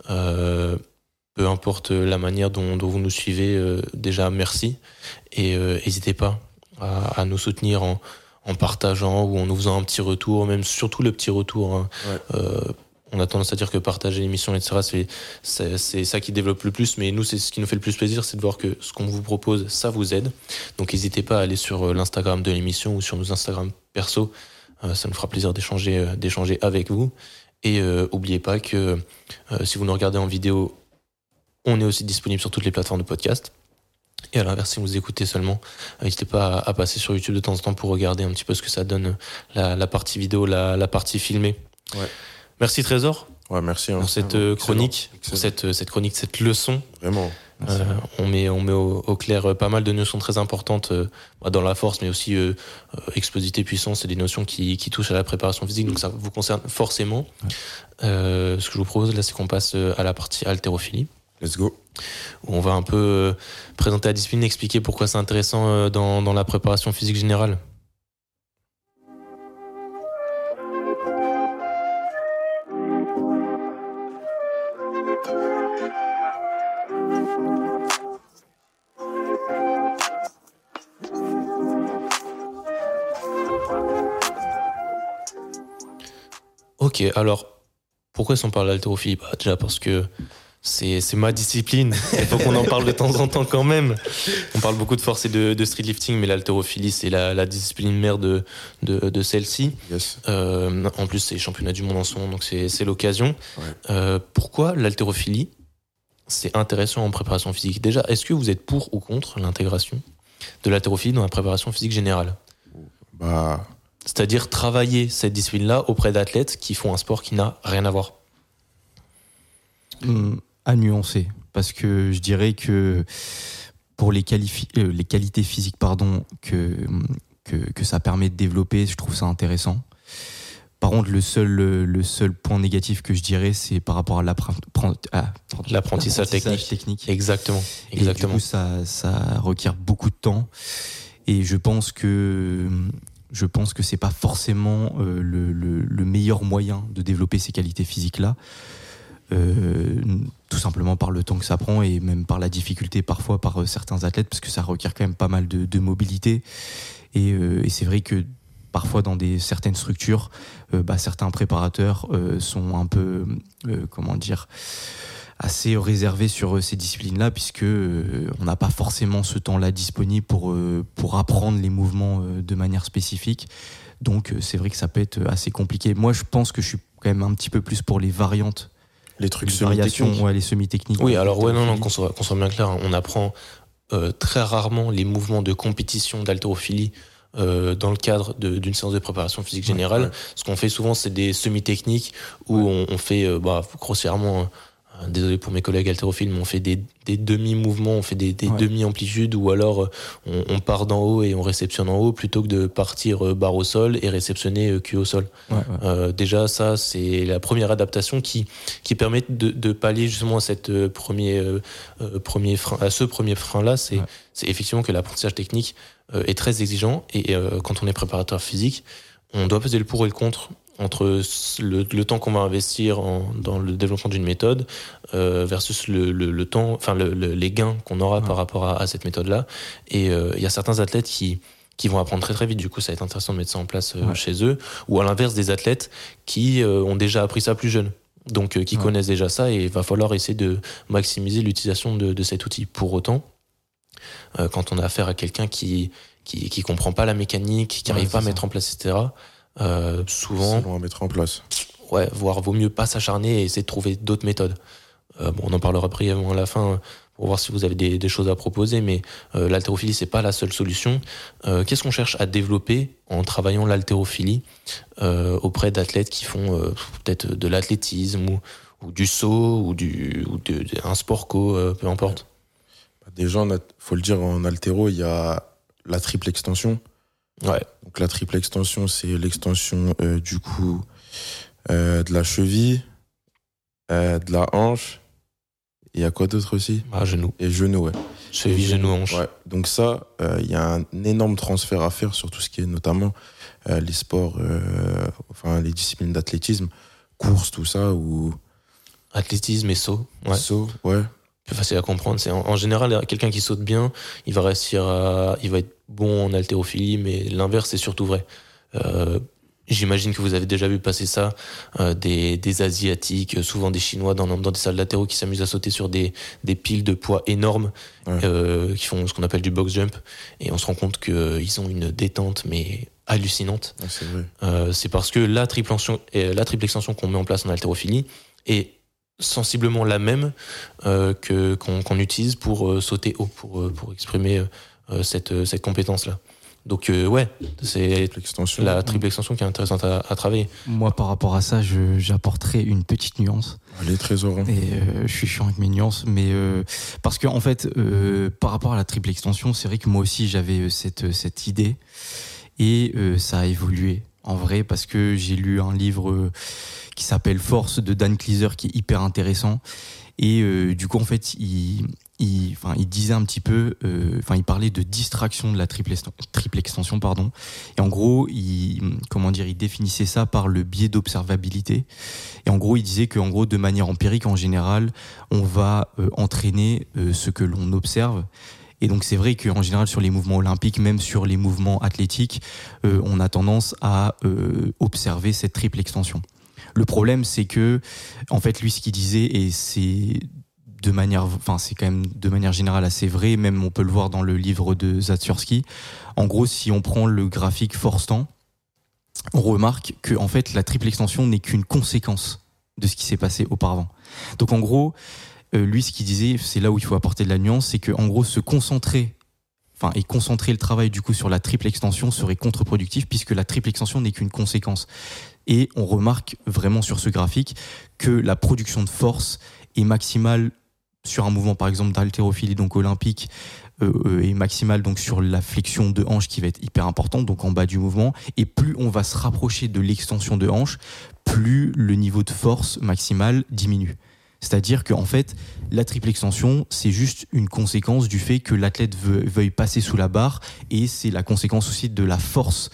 Peu importe la manière dont vous nous suivez, déjà, merci. Et n'hésitez pas à nous soutenir en partageant ou en nous faisant un petit retour, même surtout le petit retour. Hein. Ouais. On a tendance à dire que partager l'émission, etc., c'est ça qui développe le plus, mais nous, c'est ce qui nous fait le plus plaisir, c'est de voir que ce qu'on vous propose, ça vous aide. Donc n'hésitez pas à aller sur l'Instagram de l'émission ou sur nos Instagram perso. Ça nous fera plaisir d'échanger avec vous. Et n'oubliez pas que si vous nous regardez en vidéo, on est aussi disponible sur toutes les plateformes de podcast. Et à l'inverse, si vous écoutez seulement, n'hésitez pas à passer sur YouTube de temps en temps pour regarder un petit peu ce que ça donne, la partie vidéo, la partie filmée. Ouais. Merci Trésor. Ouais, merci. Pour cette chronique, pour cette chronique, cette leçon. Vraiment. On met au clair pas mal de notions très importantes dans la force, mais aussi explosivité, puissance, c'est des notions qui touchent à la préparation physique, donc ça vous concerne forcément. Ce que je vous propose là, c'est qu'on passe à la partie haltérophilie. Let's go. Où on va un peu présenter la discipline, expliquer pourquoi c'est intéressant dans la préparation physique générale. Ok, alors pourquoi est-ce qu'on parle d'haltérophilie ? Déjà parce que c'est ma discipline, il faut qu'on en parle de temps en temps quand même. On parle beaucoup de force et de streetlifting, mais l'haltérophilie, c'est la discipline mère de celle-ci. Yes. En plus, c'est les championnats du monde en ce moment, donc c'est l'occasion. Ouais. Pourquoi l'haltérophilie, c'est intéressant en préparation physique ? Déjà, est-ce que vous êtes pour ou contre l'intégration de l'haltérophilie dans la préparation physique générale ? C'est-à-dire travailler cette discipline-là auprès d'athlètes qui font un sport qui n'a rien à voir. À nuancer, parce que je dirais que pour les qualités physiques que ça permet de développer, je trouve ça intéressant. Par contre, le seul point négatif que je dirais, c'est par rapport à l'apprentissage technique. Exactement. Et du coup, ça requiert beaucoup de temps. Et je pense que c'est pas forcément le meilleur moyen de développer ces qualités physiques-là. Tout simplement par le temps que ça prend et même par la difficulté parfois par certains athlètes, parce que ça requiert quand même pas mal de mobilité. Et c'est vrai que parfois dans certaines structures, certains préparateurs sont un peu, assez réservés sur ces disciplines-là, puisque on n'a pas forcément ce temps-là disponible pour apprendre les mouvements de manière spécifique. Donc c'est vrai que ça peut être assez compliqué. Moi, je pense que je suis quand même un petit peu plus pour les variantes. Les trucs semi-techniques. Ouais, les semi-techniques. Oui, alors qu'on soit bien clair, on apprend très rarement les mouvements de compétition d'haltérophilie dans le cadre d'une séance de préparation physique générale. Ouais. Ce qu'on fait souvent, c'est des semi-techniques où on fait grossièrement, désolé pour mes collègues haltérophiles, mais on fait des demi-mouvements, on fait des demi-amplitudes, ou alors on part d'en haut et on réceptionne en haut plutôt que de partir barre au sol et réceptionner cul au sol. Déjà, ça, c'est la première adaptation qui permet de pallier justement à ce premier frein-là. C'est effectivement que l'apprentissage technique est très exigeant, et quand on est préparateur physique, on doit peser le pour et le contre entre le temps qu'on va investir dans le développement d'une méthode versus le temps, enfin les gains qu'on aura par rapport à cette méthode-là. Et il y a certains athlètes qui vont apprendre très très vite. Du coup, ça va être intéressant de mettre ça en place chez eux. Ou à l'inverse, des athlètes qui ont déjà appris ça plus jeunes. Donc, qui connaissent déjà ça, et il va falloir essayer de maximiser l'utilisation de cet outil. Pour autant, quand on a affaire à quelqu'un qui comprend pas la mécanique, qui n'arrive pas à mettre en place, etc., souvent... C'est long à mettre en place. Ouais, voire vaut mieux pas s'acharner et essayer de trouver d'autres méthodes. On en parlera brièvement à la fin pour voir si vous avez des choses à proposer, mais l'haltérophilie, c'est pas la seule solution. Qu'est-ce qu'on cherche à développer en travaillant l'haltérophilie auprès d'athlètes qui font peut-être de l'athlétisme ou du saut ou un sport co, peu importe? Déjà, faut le dire, en haltéro, il y a la triple extension. Ouais. Donc la triple extension, c'est l'extension du coup de la cheville, de la hanche. Il y a quoi d'autre aussi? Genou. Et genou, ouais. Cheville, genou, hanche. Ouais. Donc ça, il y a un énorme transfert à faire sur tout ce qui est notamment les sports, les disciplines d'athlétisme, course, tout ça. Ou athlétisme et saut. Ouais. Saut, ouais. Plus facile à comprendre. C'est en général, quelqu'un qui saute bien, il va être bon en haltérophilie, mais l'inverse, c'est surtout vrai. J'imagine que vous avez déjà vu passer ça, des Asiatiques, souvent des Chinois dans des salles d'haltéro qui s'amusent à sauter sur des piles de poids énormes, qui font ce qu'on appelle du box jump, et on se rend compte qu'ils ont une détente mais hallucinante. Ouais, c'est vrai. C'est parce que la triple extension qu'on met en place en haltérophilie est sensiblement la même qu'on utilise pour sauter haut, pour exprimer cette compétence-là. Donc c'est la triple extension qui est intéressante à travailler. Moi, par rapport à ça, j'apporterai une petite nuance. Allez, trésor. Et je suis chiant avec mes nuances, mais parce que en fait, par rapport à la triple extension, c'est vrai que moi aussi j'avais cette idée, et ça a évolué en vrai, parce que j'ai lu un livre qui s'appelle Force de Dan Kleiser, qui est hyper intéressant, et du coup en fait il disait un petit peu, il parlait de distraction de la triple extension, pardon. Et en gros, il définissait ça par le biais d'observabilité. Et en gros, il disait que, de manière empirique, en général, on va entraîner ce que l'on observe. Et donc, c'est vrai qu'en général, sur les mouvements olympiques, même sur les mouvements athlétiques, on a tendance à observer cette triple extension. Le problème, c'est que, en fait, lui, ce qu'il disait, et c'est quand même de manière générale assez vrai, même on peut le voir dans le livre de Zatsiorsky. En gros, si on prend le graphique force-temps, on remarque que en fait, la triple extension n'est qu'une conséquence de ce qui s'est passé auparavant. Donc en gros, lui, ce qu'il disait, c'est là où il faut apporter de la nuance, c'est que en gros, concentrer le travail du coup sur la triple extension serait contre-productif, puisque la triple extension n'est qu'une conséquence. Et on remarque vraiment sur ce graphique que la production de force est maximale sur un mouvement par exemple d'haltérophilie donc olympique, et maximale donc sur la flexion de hanche qui va être hyper importante, donc en bas du mouvement, et plus on va se rapprocher de l'extension de hanche, plus le niveau de force maximale diminue. C'est-à-dire qu'en fait, la triple extension, c'est juste une conséquence du fait que l'athlète veuille passer sous la barre, et c'est la conséquence aussi de la force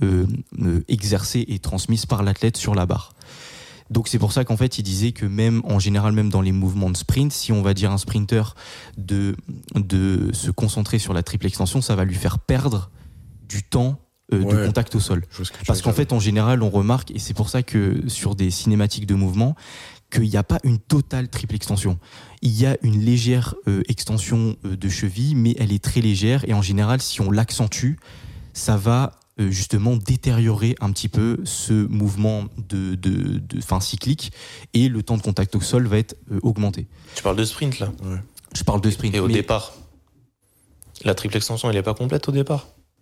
exercée et transmise par l'athlète sur la barre. Donc c'est pour ça qu'en fait il disait que même en général, même dans les mouvements de sprint, si on va dire un sprinter de se concentrer sur la triple extension, ça va lui faire perdre du temps de contact au sol. Parce qu'en fait en général on remarque, et c'est pour ça que sur des cinématiques de mouvement, qu'il n'y a pas une totale triple extension. Il y a une légère extension de cheville, mais elle est très légère, et en général si on l'accentue, ça va justement détériorer un petit peu ce mouvement cyclique, et le temps de contact au sol va être augmenté. Tu parles de sprint là? Ouais. Je parle de sprint. Et au départ, la triple extension, elle n'est pas complète au départ?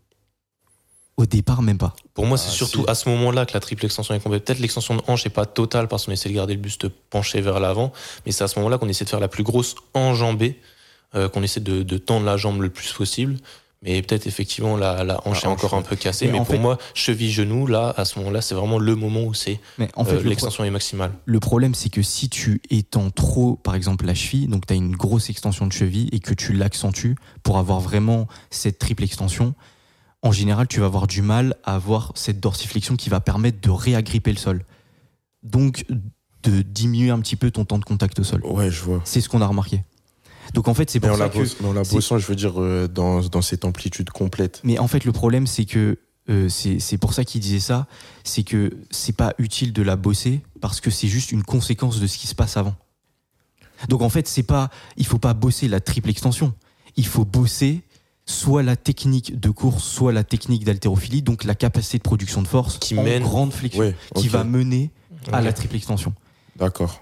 Au départ, même pas. Pour moi, c'est surtout à ce moment-là que la triple extension est complète. Peut-être l'extension de hanche n'est pas totale parce qu'on essaie de garder le buste penché vers l'avant, mais c'est à ce moment-là qu'on essaie de faire la plus grosse enjambée, qu'on essaie de tendre la jambe le plus possible. Mais peut-être effectivement la hanche est encore un peu cassée. Mais pour moi, cheville-genou, là, à ce moment-là, c'est vraiment le moment où l'extension est maximale. Le problème, c'est que si tu étends trop, par exemple, la cheville, donc tu as une grosse extension de cheville et que tu l'accentues pour avoir vraiment cette triple extension, en général, tu vas avoir du mal à avoir cette dorsiflexion qui va permettre de réagripper le sol. Donc, de diminuer un petit peu ton temps de contact au sol. Ouais, je vois. C'est ce qu'on a remarqué. Donc, en fait, c'est pour ça que... Mais en la bossant, je veux dire, dans cette amplitude complète. Mais en fait, le problème, c'est que c'est pour ça qu'il disait ça, c'est que c'est pas utile de la bosser parce que c'est juste une conséquence de ce qui se passe avant. Donc en fait, il faut pas bosser la triple extension, il faut bosser soit la technique de course, soit la technique d'haltérophilie, donc la capacité de production de force qui en mène... grande flexion, qui va mener à la triple extension. D'accord.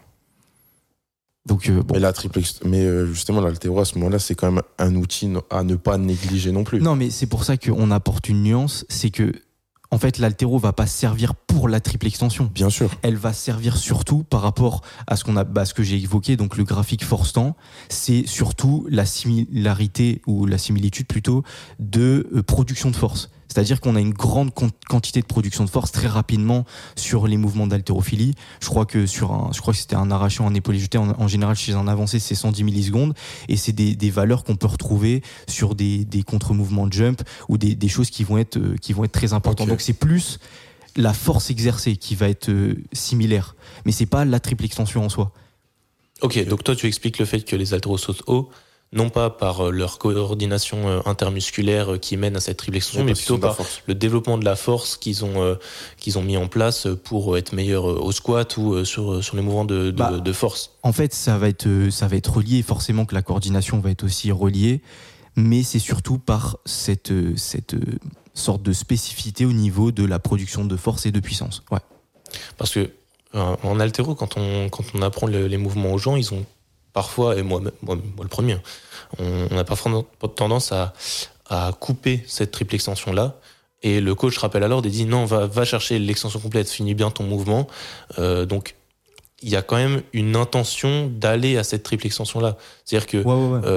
Donc, bon. Mais justement, l'haltéro, à ce moment-là, c'est quand même un outil à ne pas négliger non plus. Non, mais c'est pour ça qu'on apporte une nuance, c'est que, en fait, l'haltéro va pas servir pour la triple extension. Bien sûr. Elle va servir surtout par rapport à ce que j'ai évoqué, donc le graphique force-temps, c'est surtout la similarité, ou la similitude plutôt, de production de force. C'est-à-dire qu'on a une grande quantité de production de force très rapidement sur les mouvements d'haltérophilie. Je crois que c'était un arraché en épaulé jeté. En général, chez un avancé, c'est 110 millisecondes. Et c'est des valeurs qu'on peut retrouver sur des contre-mouvements de jump ou des choses qui vont être très importantes. Okay. Donc, c'est plus la force exercée qui va être similaire. Mais c'est pas la triple extension en soi. Ok, donc toi, tu expliques le fait que les haltéros sautent haut, non pas par leur coordination intermusculaire qui mène à cette triple extension, mais plutôt par le développement de la force qu'ils ont mis en place pour être meilleurs au squat ou sur les mouvements de force. En fait, ça va être relié, forcément que la coordination va être aussi reliée, mais c'est surtout par cette sorte de spécificité au niveau de la production de force et de puissance. Ouais. Parce que en haltéro, quand on apprend les mouvements aux gens, ils ont parfois, et moi le premier, on a parfois tendance à couper cette triple extension-là, et le coach rappelle alors et dit non, va chercher l'extension complète, finis bien ton mouvement. Donc il y a quand même une intention d'aller à cette triple extension-là. C'est-à-dire que,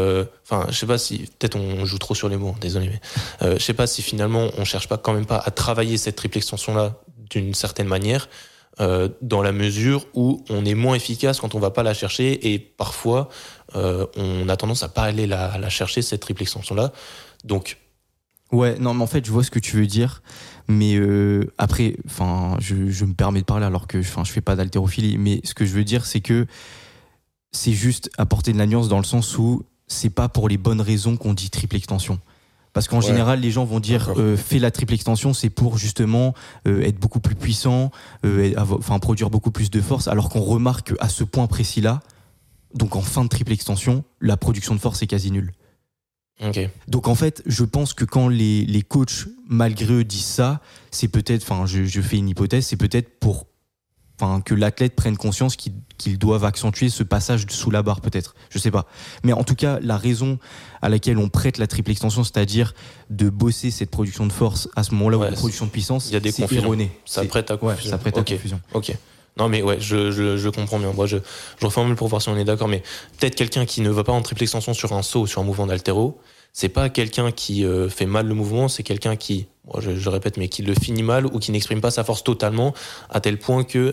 je sais pas si, peut-être on joue trop sur les mots, désolé, mais je sais pas si finalement on cherche pas quand même pas à travailler cette triple extension-là d'une certaine manière, dans la mesure où on est moins efficace quand on va pas la chercher, et parfois on a tendance à pas aller la chercher, cette triple extension là. Donc ouais, non, mais en fait je vois ce que tu veux dire, mais après, je me permets de parler alors que je fais pas d'haltérophilie, mais ce que je veux dire, c'est que c'est juste apporter de la nuance dans le sens où c'est pas pour les bonnes raisons qu'on dit triple extension. Parce qu'en général, les gens vont dire fais la triple extension, c'est pour justement être beaucoup plus puissant, produire beaucoup plus de force, alors qu'on remarque qu'à ce point précis-là, donc en fin de triple extension, la production de force est quasi nulle. Okay. Donc en fait, je pense que quand les coachs, malgré eux, disent ça, c'est peut-être, je fais une hypothèse, c'est peut-être pour que l'athlète prenne conscience qu'ils doivent accentuer ce passage sous la barre, peut-être. Je sais pas. Mais en tout cas, la raison à laquelle on prête la triple extension, c'est-à-dire de bosser cette production de force à ce moment-là, ou la production de puissance, c'est erroné. Ça prête à confusion. Ouais, ça prête à confusion. Ok. Non mais ouais, je comprends bien. Moi, je reformule pour voir si on est d'accord, mais peut-être quelqu'un qui ne va pas en triple extension sur un saut ou sur un mouvement d'haltéro, c'est pas quelqu'un qui fait mal le mouvement, c'est quelqu'un qui, je répète, mais qui le finit mal ou qui n'exprime pas sa force totalement, à tel point que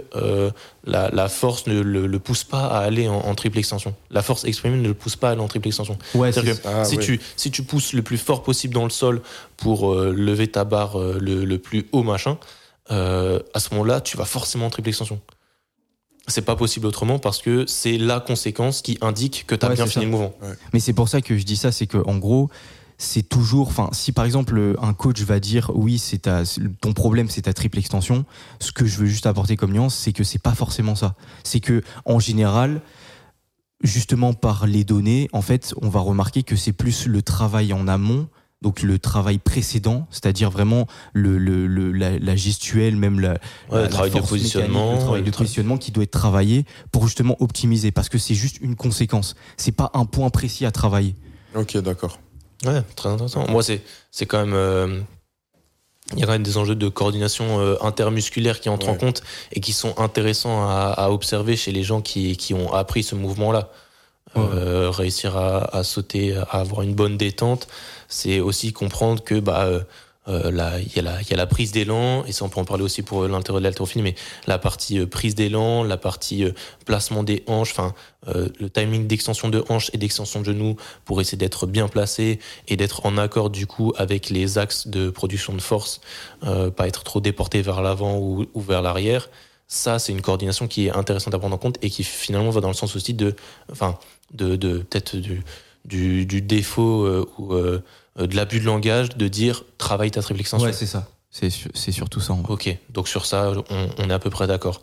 la force ne le pousse pas à aller en triple extension. La force exprimée ne le pousse pas à aller en triple extension. Ouais, c'est-à-dire que si tu pousses le plus fort possible dans le sol pour lever ta barre le plus haut, machin, à ce moment-là, tu vas forcément en triple extension. C'est pas possible autrement parce que c'est la conséquence qui indique que tu as bien fini le mouvement. Ouais. Mais c'est pour ça que je dis ça, c'est que en gros, c'est toujours, si par exemple un coach va dire oui, ton problème c'est ta triple extension, ce que je veux juste apporter comme nuance, c'est que c'est pas forcément ça. C'est que en général, justement par les données, en fait, on va remarquer que c'est plus le travail en amont. Donc le travail précédent, c'est-à-dire vraiment la gestuelle, même le travail de positionnement, le travail de positionnement qui doit être travaillé pour justement optimiser, parce que c'est juste une conséquence. C'est pas un point précis à travailler. Ok, d'accord. Ouais, très intéressant. Moi, c'est quand même, il y a quand même des enjeux de coordination intermusculaire qui entrent en compte et qui sont intéressants à observer chez les gens qui ont appris ce mouvement-là. Réussir à sauter, à avoir une bonne détente, c'est aussi comprendre que il y a la prise d'élan, et ça on peut en parler aussi pour l'intérêt de l'haltérophilie, mais la partie prise d'élan, la partie placement des hanches, enfin le timing d'extension de hanches et d'extension de genoux pour essayer d'être bien placé et d'être en accord du coup avec les axes de production de force, pas être trop déporté vers l'avant ou vers l'arrière. Ça, c'est une coordination qui est intéressante à prendre en compte et qui finalement va dans le sens aussi de peut-être du défaut ou de l'abus de langage de dire travaille ta triple extension. Ouais, c'est ça. C'est surtout ça. Ok, donc sur ça, on est à peu près d'accord.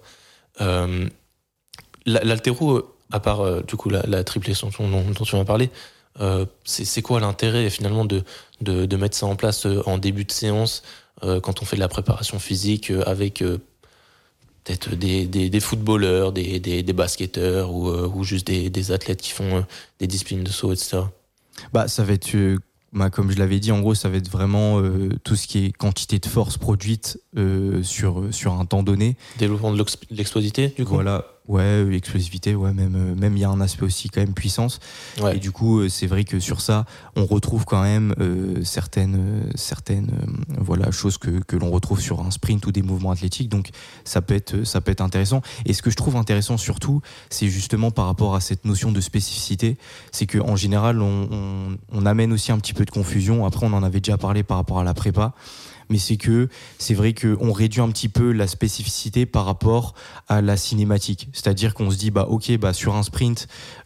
L'haltéro, à part du coup la triple extension dont tu m'as parlé, c'est quoi l'intérêt finalement de mettre ça en place en début de séance quand on fait de la préparation physique avec peut-être des footballeurs, des basketteurs ou juste des athlètes qui font des disciplines de saut, etc. Bah, ça va être, comme je l'avais dit, en gros, ça va être vraiment tout ce qui est quantité de force produite sur un temps donné. Développement de l'explosivité, du coup. Voilà, ouais, l'explosivité, ouais, même il y a un aspect aussi quand même puissance. Ouais. Et du coup, c'est vrai que sur ça, on retrouve quand même certaines voilà, choses que l'on retrouve sur un sprint ou des mouvements athlétiques. Donc ça peut être intéressant. Et ce que je trouve intéressant surtout, c'est justement par rapport à cette notion de spécificité, c'est qu'en général, on amène aussi un petit peu de confusion. Après, on en avait déjà parlé par rapport à la prépa. Mais c'est vrai qu'on réduit un petit peu la spécificité par rapport à la cinématique. C'est-à-dire qu'on se dit, sur un sprint,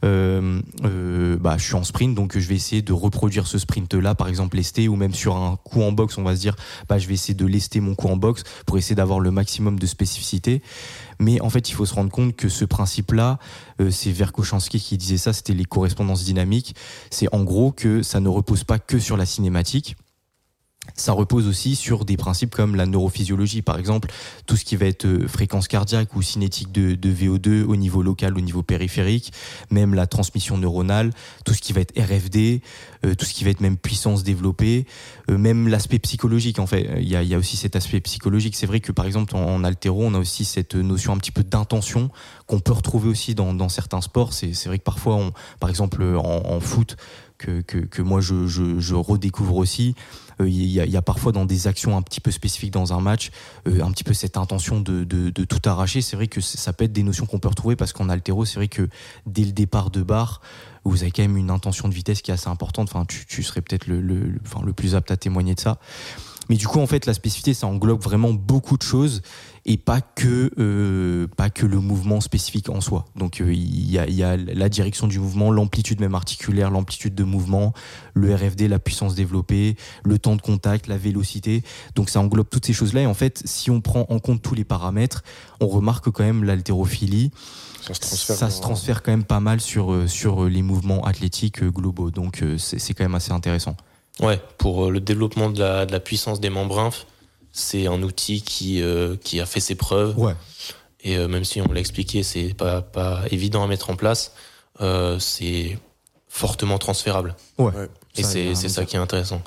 je suis en sprint, donc je vais essayer de reproduire ce sprint-là, par exemple lesté, ou même sur un coup en boxe, on va se dire, je vais essayer de lester mon coup en boxe pour essayer d'avoir le maximum de spécificité. Mais en fait, il faut se rendre compte que ce principe-là, c'est Verkhoshansky qui disait ça, c'était les correspondances dynamiques. C'est en gros que ça ne repose pas que sur la cinématique. Ça repose aussi sur des principes comme la neurophysiologie, par exemple, tout ce qui va être fréquence cardiaque ou cinétique de VO2 au niveau local, au niveau périphérique, même la transmission neuronale, tout ce qui va être RFD, tout ce qui va être même puissance développée, même l'aspect psychologique, en fait. Il y a aussi cet aspect psychologique. C'est vrai que, par exemple, en haltéro, on a aussi cette notion un petit peu d'intention qu'on peut retrouver aussi dans certains sports. C'est vrai que parfois, par exemple, en foot, que moi je redécouvre aussi, il y a parfois dans des actions un petit peu spécifiques dans un match un petit peu cette intention de tout arracher. C'est vrai que ça peut être des notions qu'on peut retrouver parce qu'en haltéro, c'est vrai que dès le départ de barre, vous avez quand même une intention de vitesse qui est assez importante. Enfin, tu serais peut-être le plus apte à témoigner de ça. Mais du coup, en fait, la spécificité, ça englobe vraiment beaucoup de choses et pas que le mouvement spécifique en soi. Donc, il y a la direction du mouvement, l'amplitude même articulaire, l'amplitude de mouvement, le RFD, la puissance développée, le temps de contact, la vélocité. Donc, ça englobe toutes ces choses-là. Et en fait, si on prend en compte tous les paramètres, on remarque quand même l'haltérophilie. Ça se transfère quand même pas mal sur les mouvements athlétiques globaux. Donc, c'est quand même assez intéressant. Ouais, pour le développement de la puissance des membres inf, c'est un outil qui a fait ses preuves. Ouais. Et même si on l'a expliqué, c'est pas évident à mettre en place, c'est fortement transférable. Ouais. Et c'est ça qui est intéressant.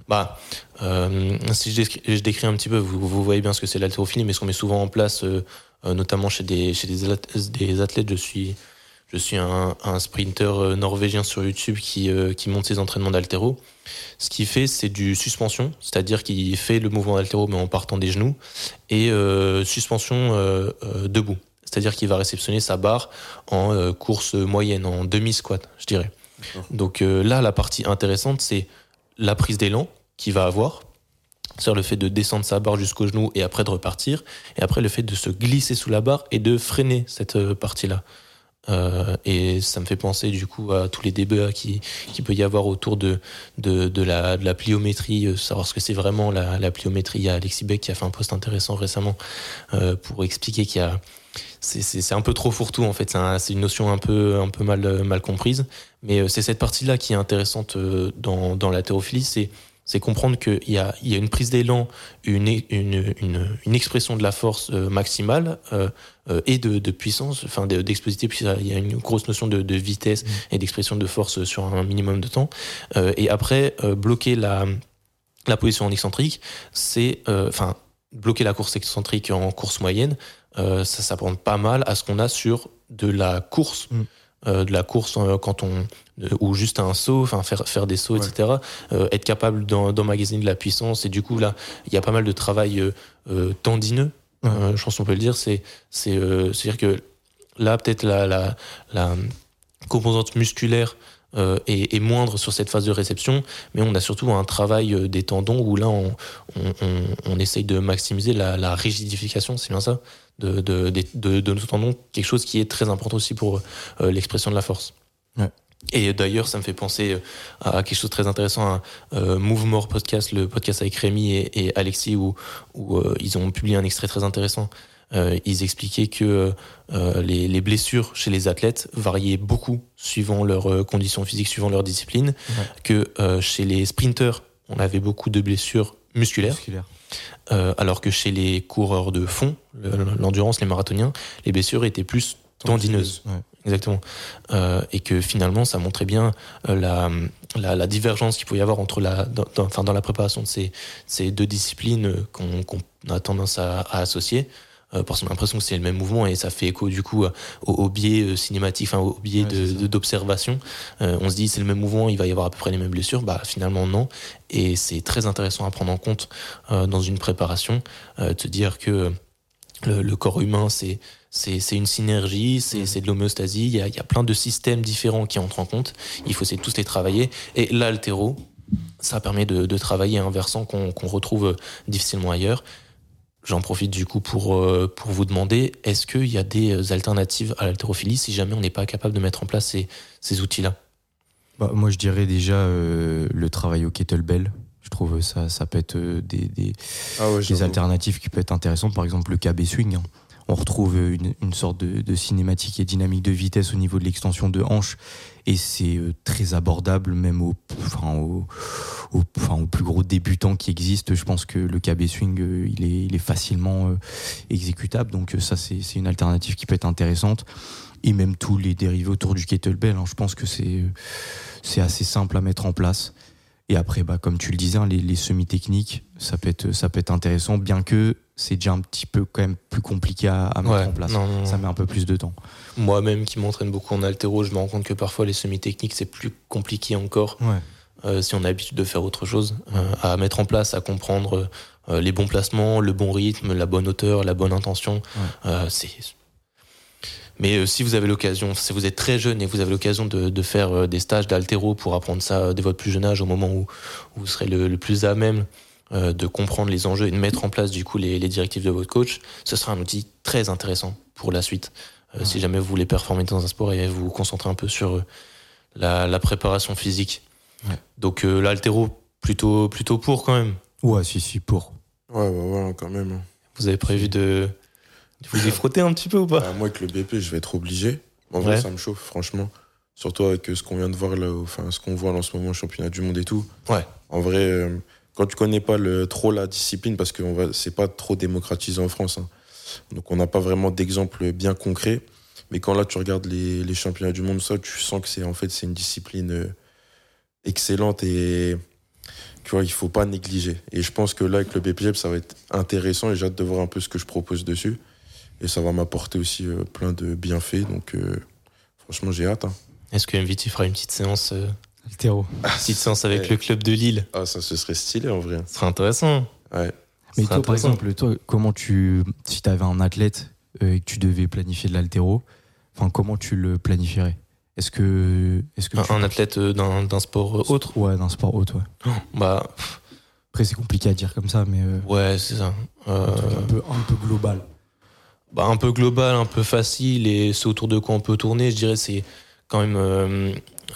Si je décris un petit peu, vous voyez bien ce que c'est l'haltérophilie, mais ce qu'on met souvent en place, notamment chez des athlètes, je suis un sprinter norvégien sur YouTube qui monte ses entraînements d'haltéro. Ce qu'il fait, c'est du suspension, c'est-à-dire qu'il fait le mouvement d'haltéro mais en partant des genoux, et suspension debout. C'est-à-dire qu'il va réceptionner sa barre en course moyenne, en demi-squat, je dirais. Donc là, la partie intéressante, c'est la prise d'élan qu'il va avoir, c'est-à-dire le fait de descendre sa barre jusqu'au genou et après de repartir, et après le fait de se glisser sous la barre et de freiner cette partie-là. Et ça me fait penser du coup à tous les débats qui peut y avoir autour de la pliométrie, savoir ce que c'est vraiment la pliométrie. Il y a Alexis Beck qui a fait un post intéressant récemment pour expliquer c'est un peu trop fourre-tout en fait, c'est une notion un peu mal comprise, mais c'est cette partie-là qui est intéressante dans l'haltérophilie, c'est comprendre qu'il y a une prise d'élan, une expression de la force maximale et de puissance, enfin d'explosivité, puis il y a une grosse notion de vitesse et d'expression de force sur un minimum de temps. Et après, bloquer la position en excentrique, c'est bloquer la course excentrique en course moyenne, ça s'apprend pas mal à ce qu'on a sur de la course de la course quand ou juste un saut, enfin faire des sauts, etc. Être capable d'emmagasiner de la puissance. Et du coup, là, il y a pas mal de travail tendineux, je pense qu'on peut le dire. C'est-à-dire que là, peut-être la composante musculaire est moindre sur cette phase de réception, mais on a surtout un travail des tendons où là, on essaye de maximiser la rigidification, c'est bien ça, de nos tendons, quelque chose qui est très important aussi pour l'expression de la force. Ouais. Et d'ailleurs, ça me fait penser à quelque chose de très intéressant, à Move More Podcast, le podcast avec Rémi et Alexis, où ils ont publié un extrait très intéressant. Ils expliquaient que les blessures chez les athlètes variaient beaucoup suivant leurs conditions physiques, suivant leur discipline, que chez les sprinteurs, on avait beaucoup de blessures musculaires. Alors que chez les coureurs de fond, l'endurance, les marathoniens, les blessures étaient plus tendineuses. Ouais. Exactement. Et que finalement, ça montrait bien la divergence qu'il pouvait y avoir entre dans la préparation de ces deux disciplines qu'on a tendance à associer. Parce qu'on a l'impression que c'est le même mouvement et ça fait écho du coup au biais cinématique, enfin au biais d'observation. On se dit c'est le même mouvement, il va y avoir à peu près les mêmes blessures. Bah finalement non. Et c'est très intéressant à prendre en compte dans une préparation, de se dire que le corps humain c'est une synergie, c'est de l'homéostasie. Il y a plein de systèmes différents qui entrent en compte. Il faut essayer de tous les travailler. Et l'haltéro, ça permet de travailler un versant qu'on retrouve difficilement ailleurs. J'en profite du coup pour vous demander, est-ce qu'il y a des alternatives à l'haltérophilie si jamais on n'est pas capable de mettre en place ces outils-là ? Moi, je dirais déjà le travail au kettlebell. Je trouve ça peut être des alternatives qui peuvent être intéressantes. Par exemple, le KB swing. On retrouve une sorte de cinématique et dynamique de vitesse au niveau de l'extension de hanche. Et c'est très abordable, même au plus gros débutant qui existe. Je pense que le KB swing, il est facilement exécutable. Donc ça, c'est une alternative qui peut être intéressante. Et même tous les dérivés autour du kettlebell, je pense que c'est assez simple à mettre en place. Et après, comme tu le disais, les semi-techniques, ça peut être intéressant, bien que c'est déjà un petit peu quand même plus compliqué à mettre en place. Non. Ça met un peu plus de temps. Moi-même, qui m'entraîne beaucoup en haltéro, je me rends compte que parfois les semi-techniques, c'est plus compliqué encore. Si on a l'habitude de faire autre chose, à mettre en place, à comprendre les bons placements, le bon rythme, la bonne hauteur, la bonne intention. Mais si vous avez l'occasion, si vous êtes très jeune et vous avez l'occasion de faire des stages d'haltéro pour apprendre ça dès votre plus jeune âge, au moment où vous serez le plus à même de comprendre les enjeux et de mettre en place du coup les directives de votre coach, ce sera un outil très intéressant pour la suite. Si jamais vous voulez performer dans un sport et vous concentrer un peu sur la préparation physique. Donc l'haltéro, plutôt pour quand même. Ouais, si, pour. Ouais, quand même. Vous avez prévu de vous y frotter un petit peu ou pas ? Moi, avec le BP, je vais être obligé. En vrai, ça me chauffe, franchement. Surtout avec ce qu'on vient de voir là, ce qu'on voit là en ce moment au championnat du monde et tout. En vrai, quand tu connais pas trop la discipline, parce que c'est pas trop démocratisé en France, donc on n'a pas vraiment d'exemple bien concret. Mais quand là, tu regardes les championnats du monde, ça, tu sens que c'est une discipline excellente et tu vois, il faut pas négliger. Et je pense que là, avec le BPGEP, ça va être intéressant et j'ai hâte de voir un peu ce que je propose dessus. Et ça va m'apporter aussi plein de bienfaits. Donc, franchement, j'ai hâte. Est-ce que MVT fera une petite séance haltéro, petite séance avec le club de Lille ? Ça, ce serait stylé en vrai. Ce serait intéressant. Ouais. Mais toi, par exemple, comment si tu avais un athlète et que tu devais planifier de l'haltéro, comment tu le planifierais ? Est-ce que un athlète d'un sport autre ? Ouais, d'un sport autre, ouais. Après, c'est compliqué à dire comme ça, mais... Ouais, c'est ça. Un peu global. Un peu global, un peu facile, et c'est autour de quoi on peut tourner, je dirais, c'est quand même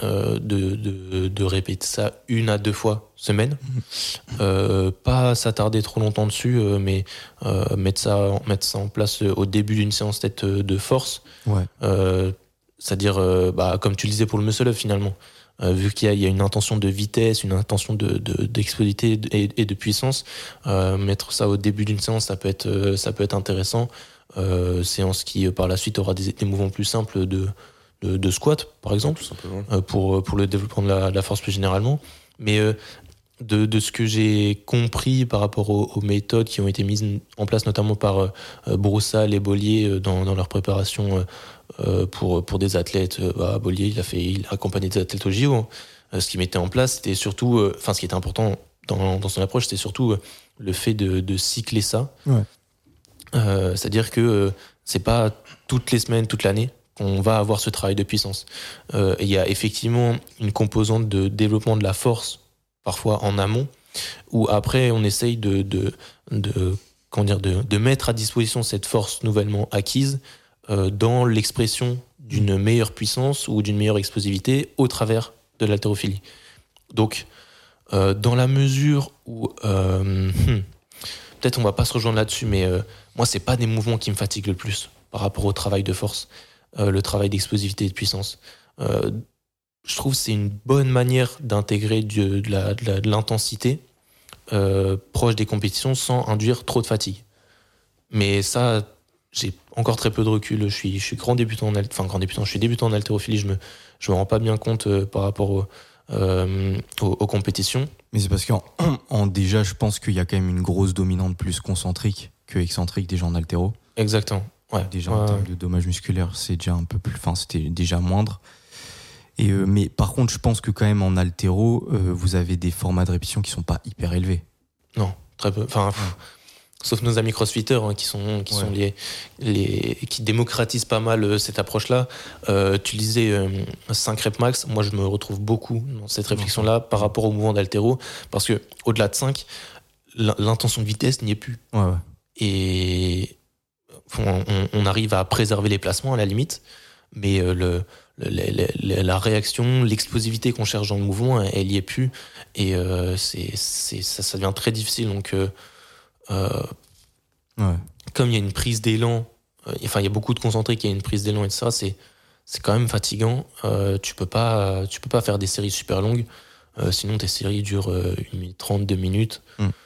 de répéter ça 1 à 2 fois semaine. Pas s'attarder trop longtemps dessus, mais mettre ça en place au début d'une séance peut-être de force. Ouais. C'est-à-dire, comme tu le disais pour le muscle-up finalement, vu qu'il y a une intention de vitesse, une intention d'explosivité et de puissance, mettre ça au début d'une séance, ça peut être intéressant. Séance qui par la suite aura des mouvements plus simples de squat par exemple, pour le développement de la force plus généralement. Mais de ce que j'ai compris par rapport aux méthodes qui ont été mises en place notamment par Broussal et Bollier dans leur préparation pour des athlètes. Bollier, il a accompagné des athlètes au JO. Ce qu'il mettait en place, c'était surtout, ce qui était important dans son approche, c'était surtout le fait de cycler ça. Ouais. C'est-à-dire que c'est pas toutes les semaines, toute l'année qu'on va avoir ce travail de puissance. Il y a effectivement une composante de développement de la force, parfois en amont, où après on essaye de mettre à disposition cette force nouvellement acquise dans l'expression d'une meilleure puissance ou d'une meilleure explosivité au travers de l'haltérophilie. Donc, dans la mesure où peut-être on va pas se rejoindre là-dessus, mais moi c'est pas des mouvements qui me fatiguent le plus par rapport au travail de force, le travail d'explosivité et de puissance. Je trouve que c'est une bonne manière d'intégrer de l'intensité proche des compétitions sans induire trop de fatigue. Mais ça, j'ai encore très peu de recul. Je suis débutant en haltérophilie. Je me rends pas bien compte par rapport aux compétitions. Mais c'est parce qu'en déjà, je pense qu'il y a quand même une grosse dominante plus concentrique que excentrique déjà en haltéro. Exactement. Ouais. Déjà en termes de dommages musculaires, c'est déjà un peu plus, c'était déjà moindre. Et mais par contre, je pense que quand même en haltéro, vous avez des formats de répétition qui sont pas hyper élevés. Non, très peu. Sauf nos amis crossfitters qui démocratisent pas mal cette approche-là. Tu disais 5 reps max. Moi, je me retrouve beaucoup dans cette réflexion-là par rapport au mouvement d'haltéro, parce que au-delà de 5, l'intention de vitesse n'y est plus. Ouais. Et on arrive à préserver les placements à la limite, mais la réaction, l'explosivité qu'on cherche dans le mouvement, elle n'y est plus. Et ça devient très difficile. Donc comme il y a une prise d'élan, il y a beaucoup de concentriques, il y a une prise d'élan, etc. C'est quand même fatigant. Tu peux pas faire des séries super longues, sinon tes séries durent 1 minute 30, 2 minutes.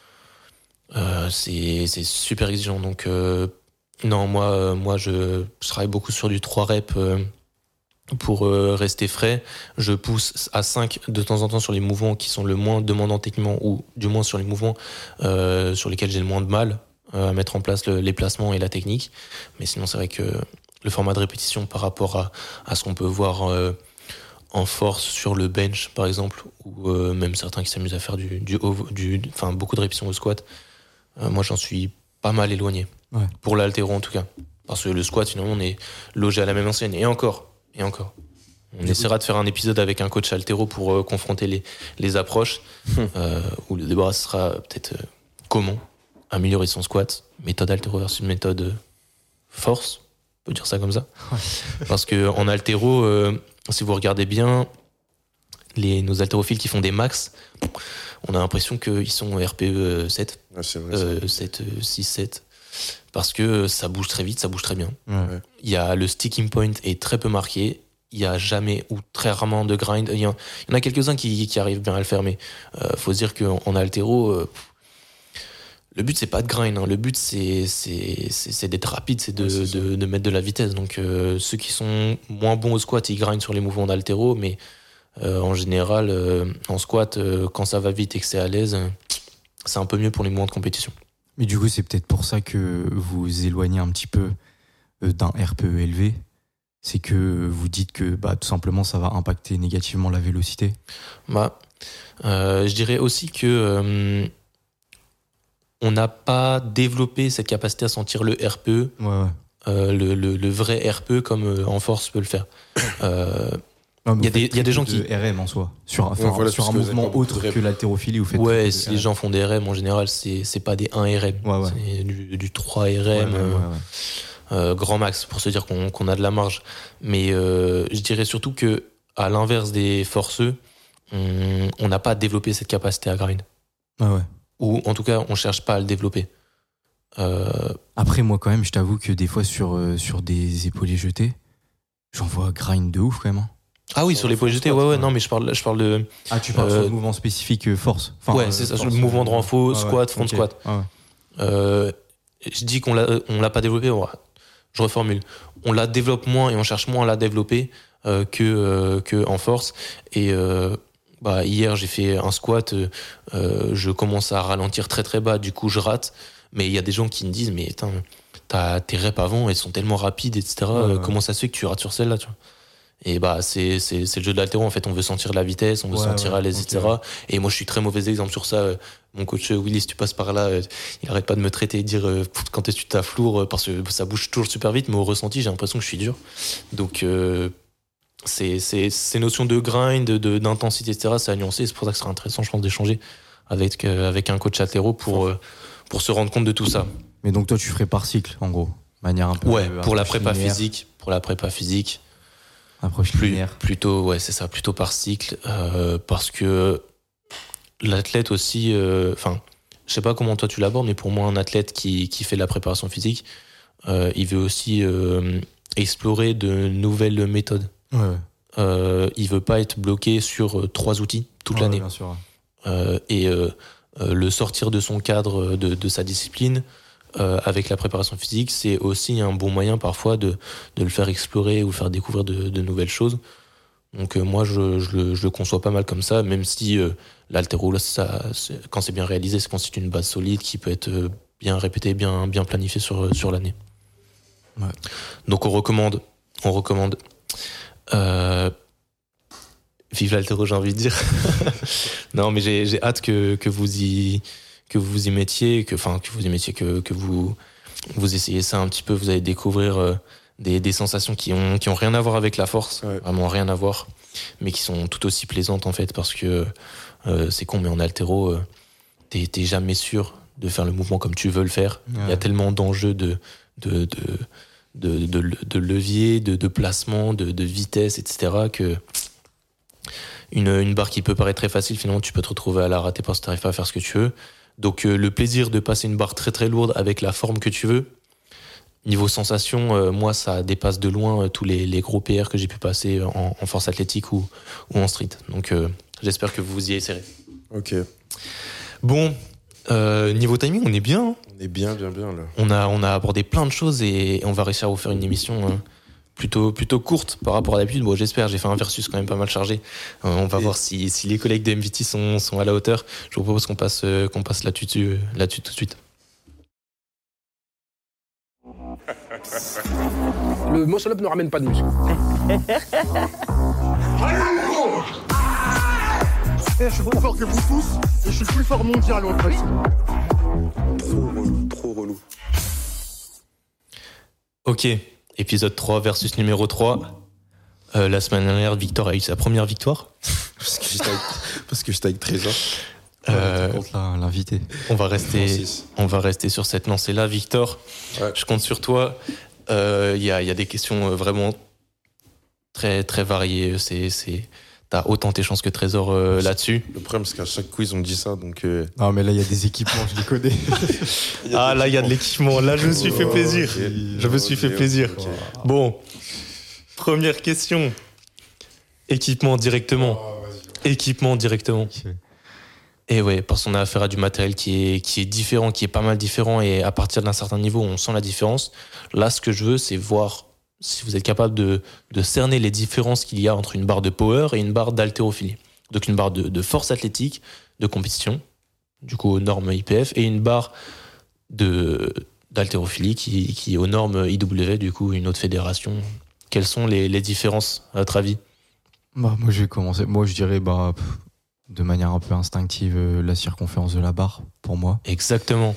C'est super exigeant. Donc non, moi je travaille beaucoup sur du 3 reps pour rester frais. Je pousse à 5 de temps en temps sur les mouvements qui sont le moins demandants techniquement, ou du moins sur les mouvements sur lesquels j'ai le moins de mal à mettre en place les placements et la technique. Mais sinon, c'est vrai que le format de répétition par rapport à ce qu'on peut voir en force sur le bench, par exemple, ou même certains qui s'amusent à faire beaucoup de répétitions au squat, moi, j'en suis pas mal éloigné. Ouais. Pour l'haltéro, en tout cas. Parce que le squat, finalement, on est logé à la même enseigne. Et encore. On essaiera de faire un épisode avec un coach haltéro pour confronter les approches, où le débat sera peut-être comment améliorer son squat, méthode haltéro versus méthode force, on peut dire ça comme ça. Parce que en haltéro, si vous regardez bien nos haltérophiles qui font des max, on a l'impression qu'ils sont RPE 7, Ah, c'est vrai, ça. 7, 6, 7, parce que ça bouge très vite, ça bouge très bien. Ouais. Il y a le sticking point est très peu marqué. Il y a jamais ou très rarement de grind. Il y en a quelques-uns qui arrivent bien à le faire, mais faut se dire qu'en haltéro, le but c'est pas de grind. Le but c'est d'être rapide, c'est de mettre de la vitesse. Donc ceux qui sont moins bons au squat, ils grindent sur les mouvements d'haltéro, mais en général, en squat, quand ça va vite et que c'est à l'aise, c'est un peu mieux pour les mouvements de compétition. Mais du coup, c'est peut-être pour ça que vous éloignez un petit peu d'un RPE élevé. C'est que vous dites que tout simplement ça va impacter négativement la vélocité. Je dirais aussi que on n'a pas développé cette capacité à sentir le RPE, le vrai RPE comme en force peut le faire. Il y a des gens qui RM en soi sur un mouvement autre que l'haltérophilie, vous faites si les gens font des RM en général, c'est pas des 1 RM, c'est du 3 RM grand max pour se dire qu'on a de la marge. Mais je dirais surtout que à l'inverse des forceux, on n'a pas développé cette capacité à grind. Ou en tout cas, on cherche pas à le développer. Après, moi quand même, je t'avoue que des fois sur des épaules jetées, j'en vois grind de ouf quand même. Ah oui, sur l'épaule jetée, non, mais je parle de. Ah, tu parles sur le mouvement spécifique force. C'est ça, sur le mouvement de renfort, squat, front squat. Je dis qu'on l'a pas développé, je reformule. On la développe moins et on cherche moins à la développer que en force. Et hier, j'ai fait un squat, je commence à ralentir très très bas, du coup je rate. Mais il y a des gens qui me disent, mais tes reps avant, elles sont tellement rapides, etc. Comment ça se fait que tu rates sur celle-là, tu vois? Et bah, c'est le jeu de l'haltéro, en fait. On veut sentir la vitesse, on veut sentir à l'aise, etc. Et moi, je suis très mauvais exemple sur ça. Mon coach Willy, si tu passes par là, il arrête pas de me traiter et de dire quand est-ce que tu taffes lourd, parce que ça bouge toujours super vite, mais au ressenti, j'ai l'impression que je suis dur. Donc, ces notions de grind, d'intensité, etc., c'est à nuancer. C'est pour ça que ce sera intéressant, je pense, d'échanger avec un coach haltéro pour se rendre compte de tout ça. Mais donc, toi, tu ferais par cycle, en gros, manière un peu. Ouais, pour la prépa physique. Pour la prépa physique. Approche linéaire. Plutôt, ouais, c'est ça, plutôt par cycle, parce que l'athlète aussi, je sais pas comment toi tu l'abordes, mais pour moi, un athlète qui fait de la préparation physique, il veut aussi explorer de nouvelles méthodes. Ouais. Il veut pas être bloqué sur 3 outils toute l'année. Bien sûr. Le sortir de son cadre, de sa discipline, avec la préparation physique, c'est aussi un bon moyen parfois de le faire explorer ou faire découvrir de nouvelles choses. Donc moi, je le conçois pas mal comme ça, même si l'haltéro, quand c'est bien réalisé, ça constitue une base solide qui peut être bien répétée, bien planifiée sur l'année. Ouais. Donc on recommande. Vive l'haltéro, j'ai envie de dire. Non, mais j'ai hâte que vous y mettiez, que vous essayiez ça un petit peu. Vous allez découvrir des sensations qui ont rien à voir avec la force, vraiment rien à voir, mais qui sont tout aussi plaisantes en fait, parce que c'est con, mais en haltéro, t'es jamais sûr de faire le mouvement comme tu veux le faire. Il y a tellement d'enjeux de levier, de placement, de vitesse, etc., que une barre qui peut paraître très facile, finalement, tu peux te retrouver à la rater parce que tu n'arrives pas à faire ce que tu veux. Donc, le plaisir de passer une barre très très lourde avec la forme que tu veux, niveau sensation, moi, ça dépasse de loin tous les gros PR que j'ai pu passer en force athlétique ou en street. Donc, j'espère que vous y essayerez. Ok. Bon, niveau timing, on est bien. Hein. On est bien là. On a abordé plein de choses et on va réussir à vous faire une émission plutôt courte par rapport à d'habitude. Bon, j'espère, j'ai fait un versus quand même pas mal chargé. On va voir si les collègues de MVT sont à la hauteur. Je vous propose qu'on passe là-dessus tout de suite. Le muscle-up ne ramène pas de muscle. Je suis plus fort que vous tous et je suis le plus fort mondial en fait. Trop relou. Ok, épisode 3 versus numéro 3. La semaine dernière, Victor a eu sa première victoire. Parce que j'étais avec Trésor. L'invité. On va rester sur cette lancée-là. Victor, je compte sur toi. Il y a des questions vraiment très, très variées. T'as autant tes chances que Trésor là-dessus. Le problème, c'est qu'à chaque quiz, on me dit ça. Donc, Non, mais là, il y a des équipements, je les connais. Là, il y a de l'équipement. Là, je me suis fait plaisir. Je me suis fait plaisir. Okay. Bon, première question. Équipement directement. Équipement directement. Okay. Et ouais, parce qu'on a affaire à du matériel qui est différent, qui est pas mal différent, et à partir d'un certain niveau, on sent la différence. Là, ce que je veux, c'est voir si vous êtes capable de cerner les différences qu'il y a entre une barre de power et une barre d'haltérophilie. Donc une barre de force athlétique, de compétition, du coup aux normes IPF, et une barre d'haltérophilie qui est aux normes IW, du coup une autre fédération. Quelles sont les différences à votre avis ? Moi, je vais commencer. Moi, je dirais de manière un peu instinctive, la circonférence de la barre, pour moi. Exactement.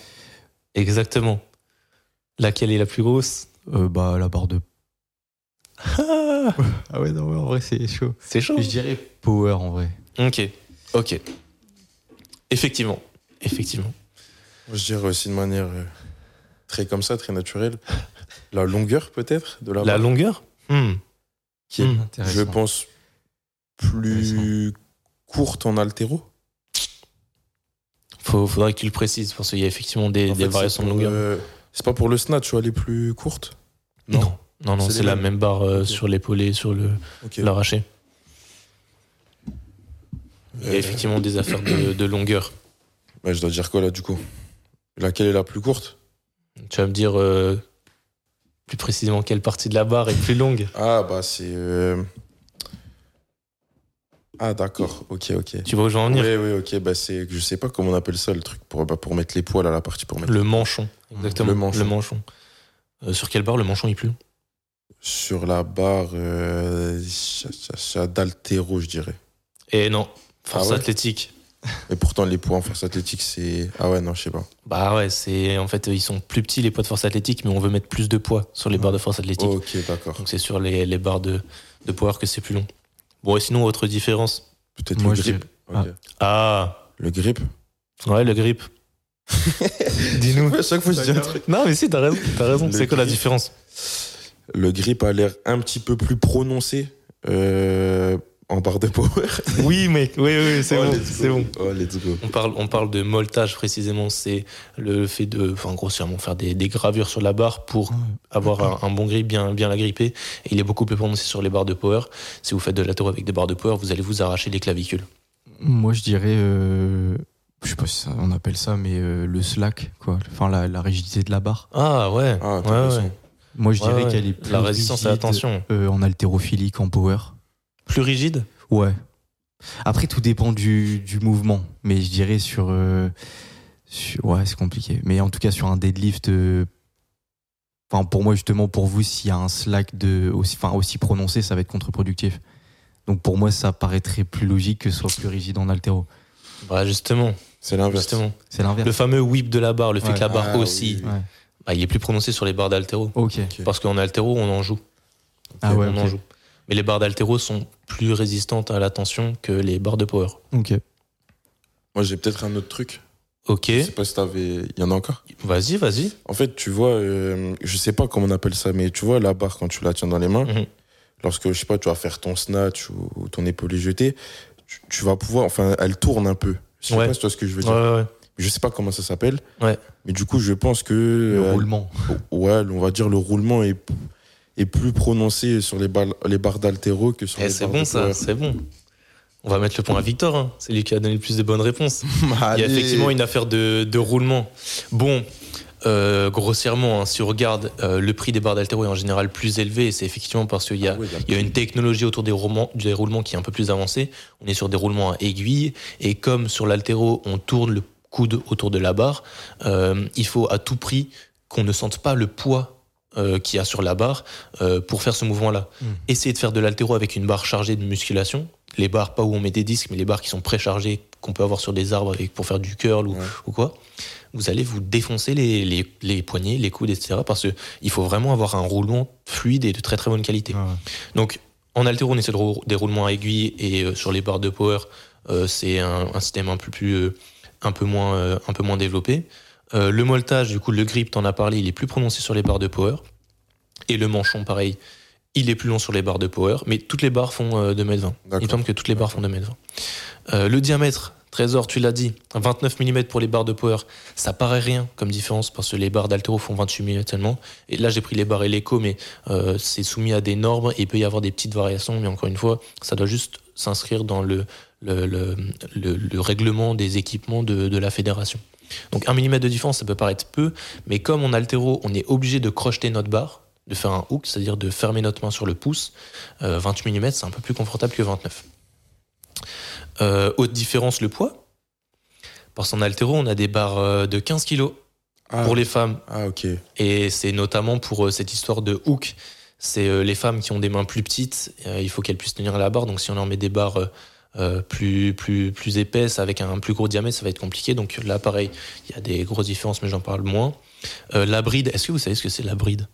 Laquelle est la plus grosse ? La barre de... Ah ouais, non, en vrai, c'est chaud. C'est chaud. Je dirais power, en vrai. Ok. Effectivement. Moi, je dirais aussi de manière très comme ça, très naturelle. La longueur, peut-être, de la barre. La longueur ? Qui est, Intéressant. je pense, plus courte en haltéro. Faudrait que tu le précises, parce qu'il y a effectivement des variations de longueur. C'est pas pour le snatch, elle est plus courte ? Non, c'est la même barre sur l'épaulé, sur l'arraché. Il y a effectivement des affaires de longueur. Je dois dire quoi là du coup ? Laquelle est la plus courte ? Tu vas me dire plus précisément quelle partie de la barre est plus longue ? C'est... Ah d'accord, ok. Tu vois où je veux en venir ? Oui, ok, c'est... Je sais pas comment on appelle ça le truc pour mettre les poils à la partie pour mettre... Le manchon, exactement. Le manchon. Sur quelle barre le manchon est plus long? Sur la barre d'haltéro, je dirais. Et non, force Ah ouais athlétique. Et pourtant, les poids en force athlétique, c'est. Ah ouais, non, je sais pas. Bah ouais, en fait, ils sont plus petits les poids de force athlétique, mais on veut mettre plus de poids sur les barres de force athlétique. Ok, d'accord. Donc c'est sur les barres de power que c'est plus long. Bon, et sinon, autre différence? Peut-être Moi, le je grip. dirais- Ok. Ah, Le grip. ouais, le grip. Dis-nous. À chaque fois, je dis un truc. Non, mais si, t'as raison. Le C'est quoi la grip. différence? Le grip a l'air un petit peu plus prononcé en barre de power. Oui, mec, oui, c'est Oh, bon, let's c'est go. bon. Oh, let's go. On parle de moltage précisément, c'est le fait de, enfin grossièrement, faire des gravures sur la barre pour avoir un bon grip, bien la gripper. Et il est beaucoup plus prononcé sur les barres de power. Si vous faites de l'haltéro avec des barres de power, vous allez vous arracher les clavicules. Moi, je dirais, je sais pas si on appelle ça, mais le slack, quoi. Enfin, la rigidité de la barre. Ah ouais, Ah, t'as raison. ouais. Moi, je dirais Ouais, qu'elle est plus la résistance à la rigide, tension. en haltérophilie qu'en power. Plus rigide? Ouais. Après, tout dépend du mouvement. Mais je dirais ouais, c'est compliqué. Mais en tout cas, sur un deadlift, enfin, pour moi, justement, pour vous, s'il y a un slack aussi prononcé, ça va être contre-productif. Donc, pour moi, ça paraîtrait plus logique que ce soit plus rigide en haltéro. Bah justement, C'est l'inverse. C'est l'inverse. le fameux whip de la barre, le fait Ouais. que la barre Ah, aussi, oui. Ouais. bah, il est plus prononcé sur les barres d'haltéro. Ok. Parce qu'en haltéro, on en joue. Ah ouais, On en ok. joue. Mais les barres d'haltéro sont plus résistantes à la tension que les barres de power. Ok. Moi, j'ai peut-être un autre truc. Ok, Je sais pas si t'avais. Il y en a encore. vas-y. En fait, tu vois, je sais pas comment on appelle ça, mais tu vois, la barre, quand tu la tiens dans les mains, Mhm. lorsque, je sais pas, tu vas faire ton snatch ou ton épaulé jeté, tu vas pouvoir. Enfin, elle tourne un peu. Je sais Ouais. pas si tu vois ce que je veux Ouais, dire. ouais. Je sais pas comment ça s'appelle. Ouais. Mais du coup, je pense que. Le roulement. Ouais, on va dire le roulement est plus prononcé sur les barres d'haltéro que sur les C'est barres bon de ça, power. c'est bon. On va mettre le point à Victor, hein. C'est lui qui a donné le plus de bonnes réponses. Il y a Allez. effectivement une affaire de roulement. Bon, grossièrement, hein, si on regarde le prix des barres d'haltéro est en général plus élevé, et c'est effectivement parce qu'il y a, Ah ouais, il y a une technologie autour des roulements qui est un peu plus avancée. On est sur des roulements à aiguille, et comme sur l'haltéro, on tourne le coude autour de la barre, il faut à tout prix qu'on ne sente pas le poids qu'il y a sur la barre pour faire ce mouvement-là. Essayez de faire de l'haltéro avec une barre chargée de musculation. Les barres, pas où on met des disques, mais les barres qui sont préchargées, qu'on peut avoir sur des arbres pour faire du curl ou quoi. Vous allez vous défoncer les poignets, les coudes, etc. Parce qu'il faut vraiment avoir un roulement fluide et de très très bonne qualité. Ah ouais. Donc, en haltéro, on essaie des roulements à aiguille, et sur les barres de power, c'est un système un peu moins développé. Le moltage, du coup, le grip, t'en as parlé, il est plus prononcé sur les barres de power. Et le manchon, pareil, il est plus long sur les barres de power, mais toutes les barres font 2,20 m. Il me semble que toutes les barres font 2,20 m. Le diamètre, Trésor, tu l'as dit, 29 mm pour les barres de power, ça paraît rien comme différence parce que les barres d'haltéro font 28 mm seulement. Et là, j'ai pris les barres Eleco, mais c'est soumis à des normes et il peut y avoir des petites variations, mais encore une fois, ça doit juste s'inscrire dans le règlement des équipements de la fédération. Donc 1 mm de différence, ça peut paraître peu, mais comme en haltéro, on est obligé de crocheter notre barre, de faire un hook, c'est-à-dire de fermer notre main sur le pouce, 28 mm, c'est un peu plus confortable que 29. Autre différence, le poids. Parce qu'en haltéro, on a des barres de 15 kg pour les femmes. Ah, ok. Et c'est notamment pour cette histoire de hook. C'est les femmes qui ont des mains plus petites, il faut qu'elles puissent tenir la barre. Donc si on leur met des barres plus épaisses avec un plus gros diamètre, ça va être compliqué. Donc là, pareil, il y a des grosses différences, mais j'en parle moins. La bride, est-ce que vous savez ce que c'est la bride?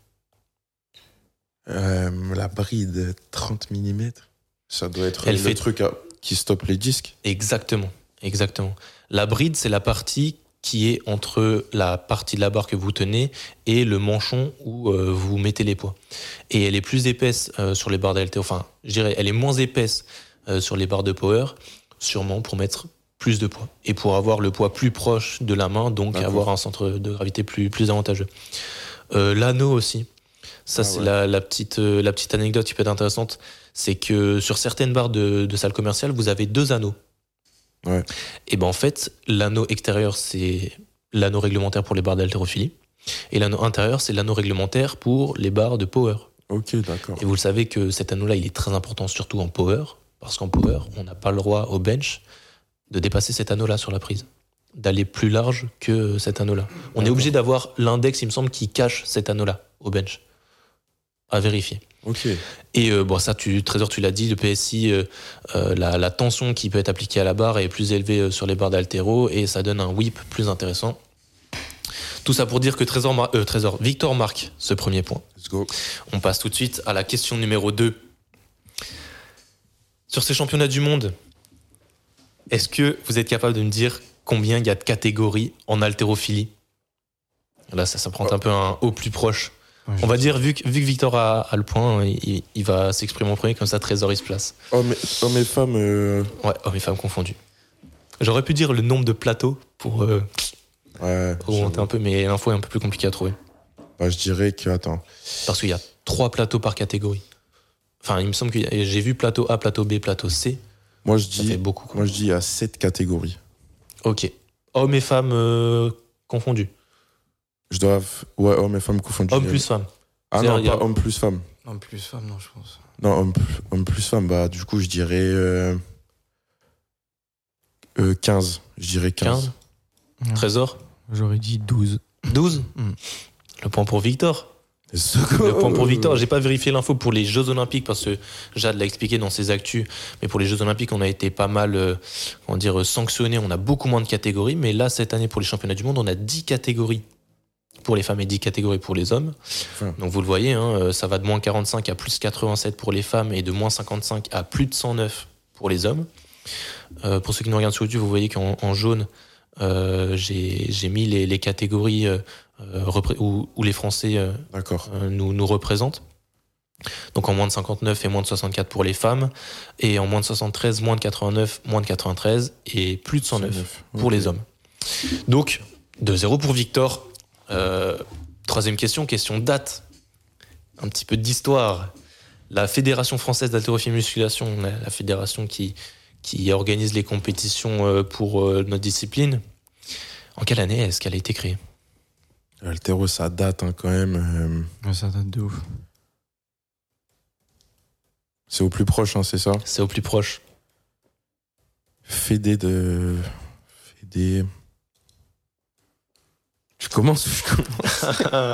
La bride 30 mm, ça doit être Elle le fait- truc qui stoppe les disques. Exactement. La bride, c'est la partie qui est entre la partie de la barre que vous tenez et le manchon où vous mettez les poids. Et elle est plus épaisse sur les barres d'haltéro. Enfin, je dirais, elle est moins épaisse sur les barres de power, sûrement pour mettre plus de poids et pour avoir le poids plus proche de la main, donc D'accord. avoir un centre de gravité plus avantageux. L'anneau aussi. Ça, Ah c'est ouais. la petite anecdote qui peut être intéressante. C'est que sur certaines barres de salles commerciales, vous avez 2 anneaux. Ouais. Et ben en fait, l'anneau extérieur, c'est l'anneau réglementaire pour les barres d'haltérophilie. Et l'anneau intérieur, c'est l'anneau réglementaire pour les barres de power. Ok, d'accord. Et vous le savez que cet anneau-là, il est très important, surtout en power. Parce qu'en power, on n'a pas le droit au bench de dépasser cet anneau-là sur la prise. D'aller plus large que cet anneau-là. On est obligé d'avoir l'index, il me semble, qui cache cet anneau-là au bench. À vérifier. Ok. Et ça, Trésor, tu l'as dit, le PSI, la tension qui peut être appliquée à la barre est plus élevée sur les barres d'haltéro et ça donne un whip plus intéressant. Tout ça pour dire que Victor marque ce premier point. Let's go. On passe tout de suite à la question numéro 2. Sur ces championnats du monde, est-ce que vous êtes capable de me dire combien il y a de catégories en haltérophilie ? Là, ça prend un peu un au plus proche. Ouais, On va dire, vu que Victor a le point, il va s'exprimer en premier, comme ça Trésor il se place. Hommes et femmes. Ouais, hommes et femmes confondus. J'aurais pu dire le nombre de plateaux pour remonter un peu, mais l'info est un peu plus compliquée à trouver. Bah, je dirais que. Attends. Parce qu'il y a 3 plateaux par catégorie. Enfin, il me semble que j'ai vu plateau A, plateau B, plateau C. Moi, je Ça fait dis. beaucoup. Moi, je dis à 7 catégories. Ok. Hommes et femmes confondus. Je dois. Ouais, hommes et femmes confondus. Hommes plus femmes. Ah C'est-à-dire, non, il y a- pas hommes plus femmes. Non, plus femme, non, je pense. Non, hommes plus femmes. Bah, du coup, je dirais. 15. Je dirais 15. 15. Ouais. Trésor. J'aurais dit 12. 12. Le point pour Victor. Le point pour Victor. J'ai pas vérifié l'info pour les Jeux Olympiques parce que Jade l'a expliqué dans ses actus. Mais pour les Jeux Olympiques, on a été pas mal sanctionnés. On a beaucoup moins de catégories. Mais là, cette année, pour les championnats du monde, on a 10 catégories pour les femmes et 10 catégories pour les hommes. Enfin. Donc vous le voyez, ça va de moins 45 à plus 87 pour les femmes et de moins 55 à plus de 109 pour les hommes. Pour ceux qui nous regardent sur YouTube, vous voyez qu'en jaune, j'ai mis les catégories où les Français D'accord. nous représentent. Donc en moins de 59 et moins de 64 pour les femmes, et en moins de 73, moins de 89, moins de 93 et plus de 109 pour les hommes. Donc 2-0 pour Victor. Troisième question date. Un petit peu d'histoire. La Fédération française d'haltérophilie musculation, la fédération qui organise les compétitions pour notre discipline. En quelle année est-ce qu'elle a été créée ? L'haltéro, ça date quand même. Ouais, ça date de ouf. C'est au plus proche, c'est ça ? C'est au plus proche. Fédé. Tu commences ou je commence ?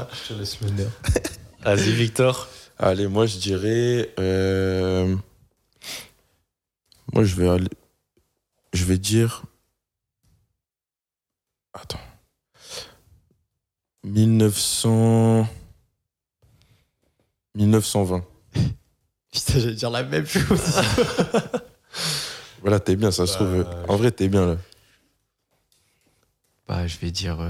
Je te laisse l'honneur. Vas-y Victor. Allez, moi je dirais. Moi je vais dire. Attends. 1920. Putain, j'allais dire la même chose. Voilà, t'es bien, ça se trouve. En vrai, t'es bien là. Bah, je vais dire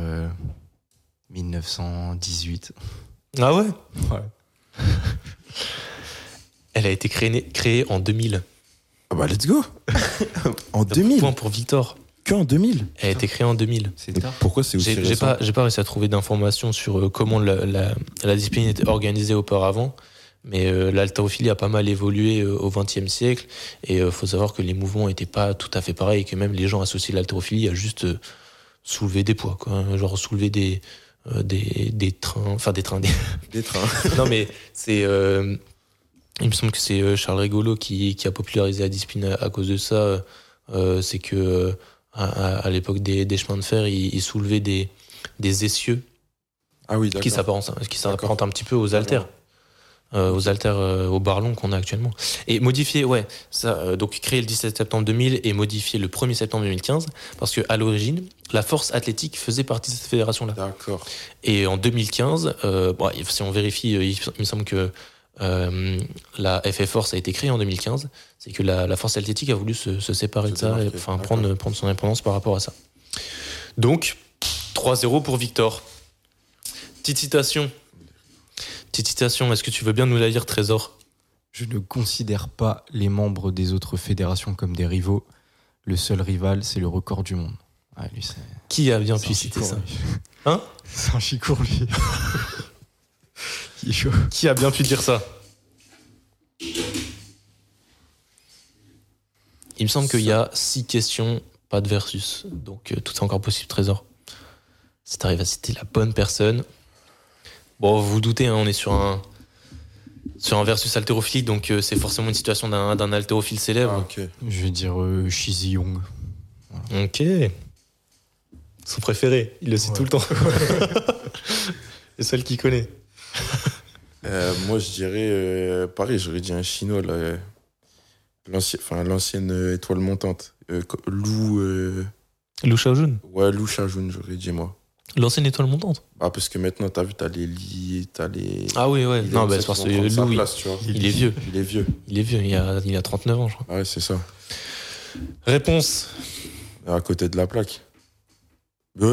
1918. Ah ouais ? Ouais. Elle a été créée en 2000. Ah bah, let's go. En 2000. Point pour Victor. Que en 2000. Elle a été créée en 2000. C'est Mais tard. pourquoi c'est aussi J'ai récent pas réussi à trouver d'informations sur comment la discipline était organisée auparavant, mais l'haltérophilie a pas mal évolué au XXe siècle, et faut savoir que les mouvements n'étaient pas tout à fait pareils, et que même les gens associaient l'haltérophilie à juste soulever des poids, quoi, hein, genre soulever des trains, Des trains. non mais c'est il me semble que c'est Charles Rigolo qui a popularisé la discipline à cause de ça. C'est que à l'époque des chemins de fer, ils soulevaient des essieux Ah oui, d'accord. qui s'apparentent un petit peu aux haltères. Aux barres longs qu'on a actuellement. Et modifié, donc créé le 17 septembre 2000 et modifié le 1er septembre 2015, parce qu'à l'origine, la force athlétique faisait partie de cette fédération-là. D'accord. Et en 2015, si on vérifie, il me semble que la FF Force a été créée en 2015, c'est que la force athlétique a voulu se séparer de ça, et, enfin prendre son indépendance par rapport à ça. Donc, 3-0 pour Victor. Petite citation, est-ce que tu veux bien nous la lire, Trésor ? Je ne considère pas les membres des autres fédérations comme des rivaux. Le seul rival, c'est le record du monde. Ah, lui, c'est... Qui a bien c'est pu un citer chicourt, ça ? lui. Hein ? C'est un chicourt, lui. Il est chaud. Qui a bien pu dire ça ? Il me semble qu'il y a 6 questions, pas de versus. Donc tout est encore possible, Trésor. Si tu arrives à citer la bonne personne. Bon, vous vous doutez, hein, on est sur un versus haltérophile, donc c'est forcément une situation d'un haltérophile célèbre. Ah, ok. Je vais dire Shizi Young. Ok. Son préféré, il le cite tout le temps. C'est celle qu'il connaît. Moi, je dirais, pareil, j'aurais dit un chinois, là, l'ancienne étoile montante. Lou Xiaojun, Ouais, Lou Xiaojun, j'aurais dit, moi. l'ancienne étoile montante. Ah, parce que maintenant, t'as vu, t'as les lits, t'as les. Ah oui, ouais. les Non, bah, ancêtres c'est parce qui que vont prendre sa Lou, place, tu vois. il est vieux. Il est vieux. Il est vieux, il a 39 ans, je crois. Ah ouais, c'est ça. Réponse. À côté de la plaque. Ouais.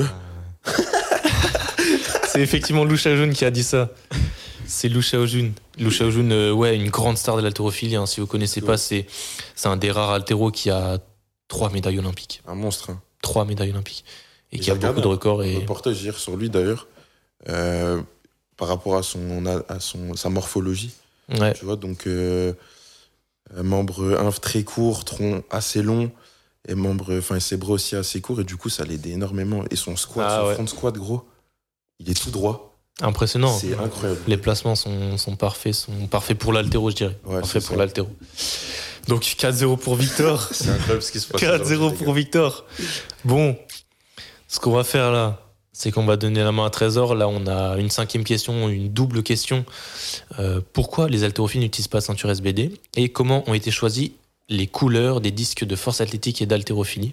C'est effectivement Lou Xiaojun qui a dit ça. C'est Lou Xiaojun. Lou Xiaojun, ouais, une grande star de l'haltérophilie. Hein. Si vous connaissez pas, c'est un des rares haltéros qui a 3 médailles olympiques. Un monstre. Hein. 3 médailles olympiques. Et Et qui a j'ai beaucoup de regardé records. Un Et... reportage hier sur lui, d'ailleurs, par rapport à sa morphologie. Ouais. Tu vois, donc, membre inf très court, tronc assez long, et ses bras aussi assez courts, et du coup, ça l'aidait énormément. Et son squat, son front squat, gros, il est tout droit. Impressionnant. C'est incroyable. Les placements sont parfaits, pour l'haltéro, je dirais. Ouais, parfaits c'est pour ça. l'haltéro. Donc 4-0 pour Victor. C'est incroyable ce qui se passe. 4-0 pour Victor. Bon, ce qu'on va faire là, c'est qu'on va donner la main à Trésor. Là, on a une 5e question, une double question. Pourquoi les haltérophiles n'utilisent pas ceinture SBD? Et comment ont été choisies les couleurs des disques de force athlétique et d'haltérophilie?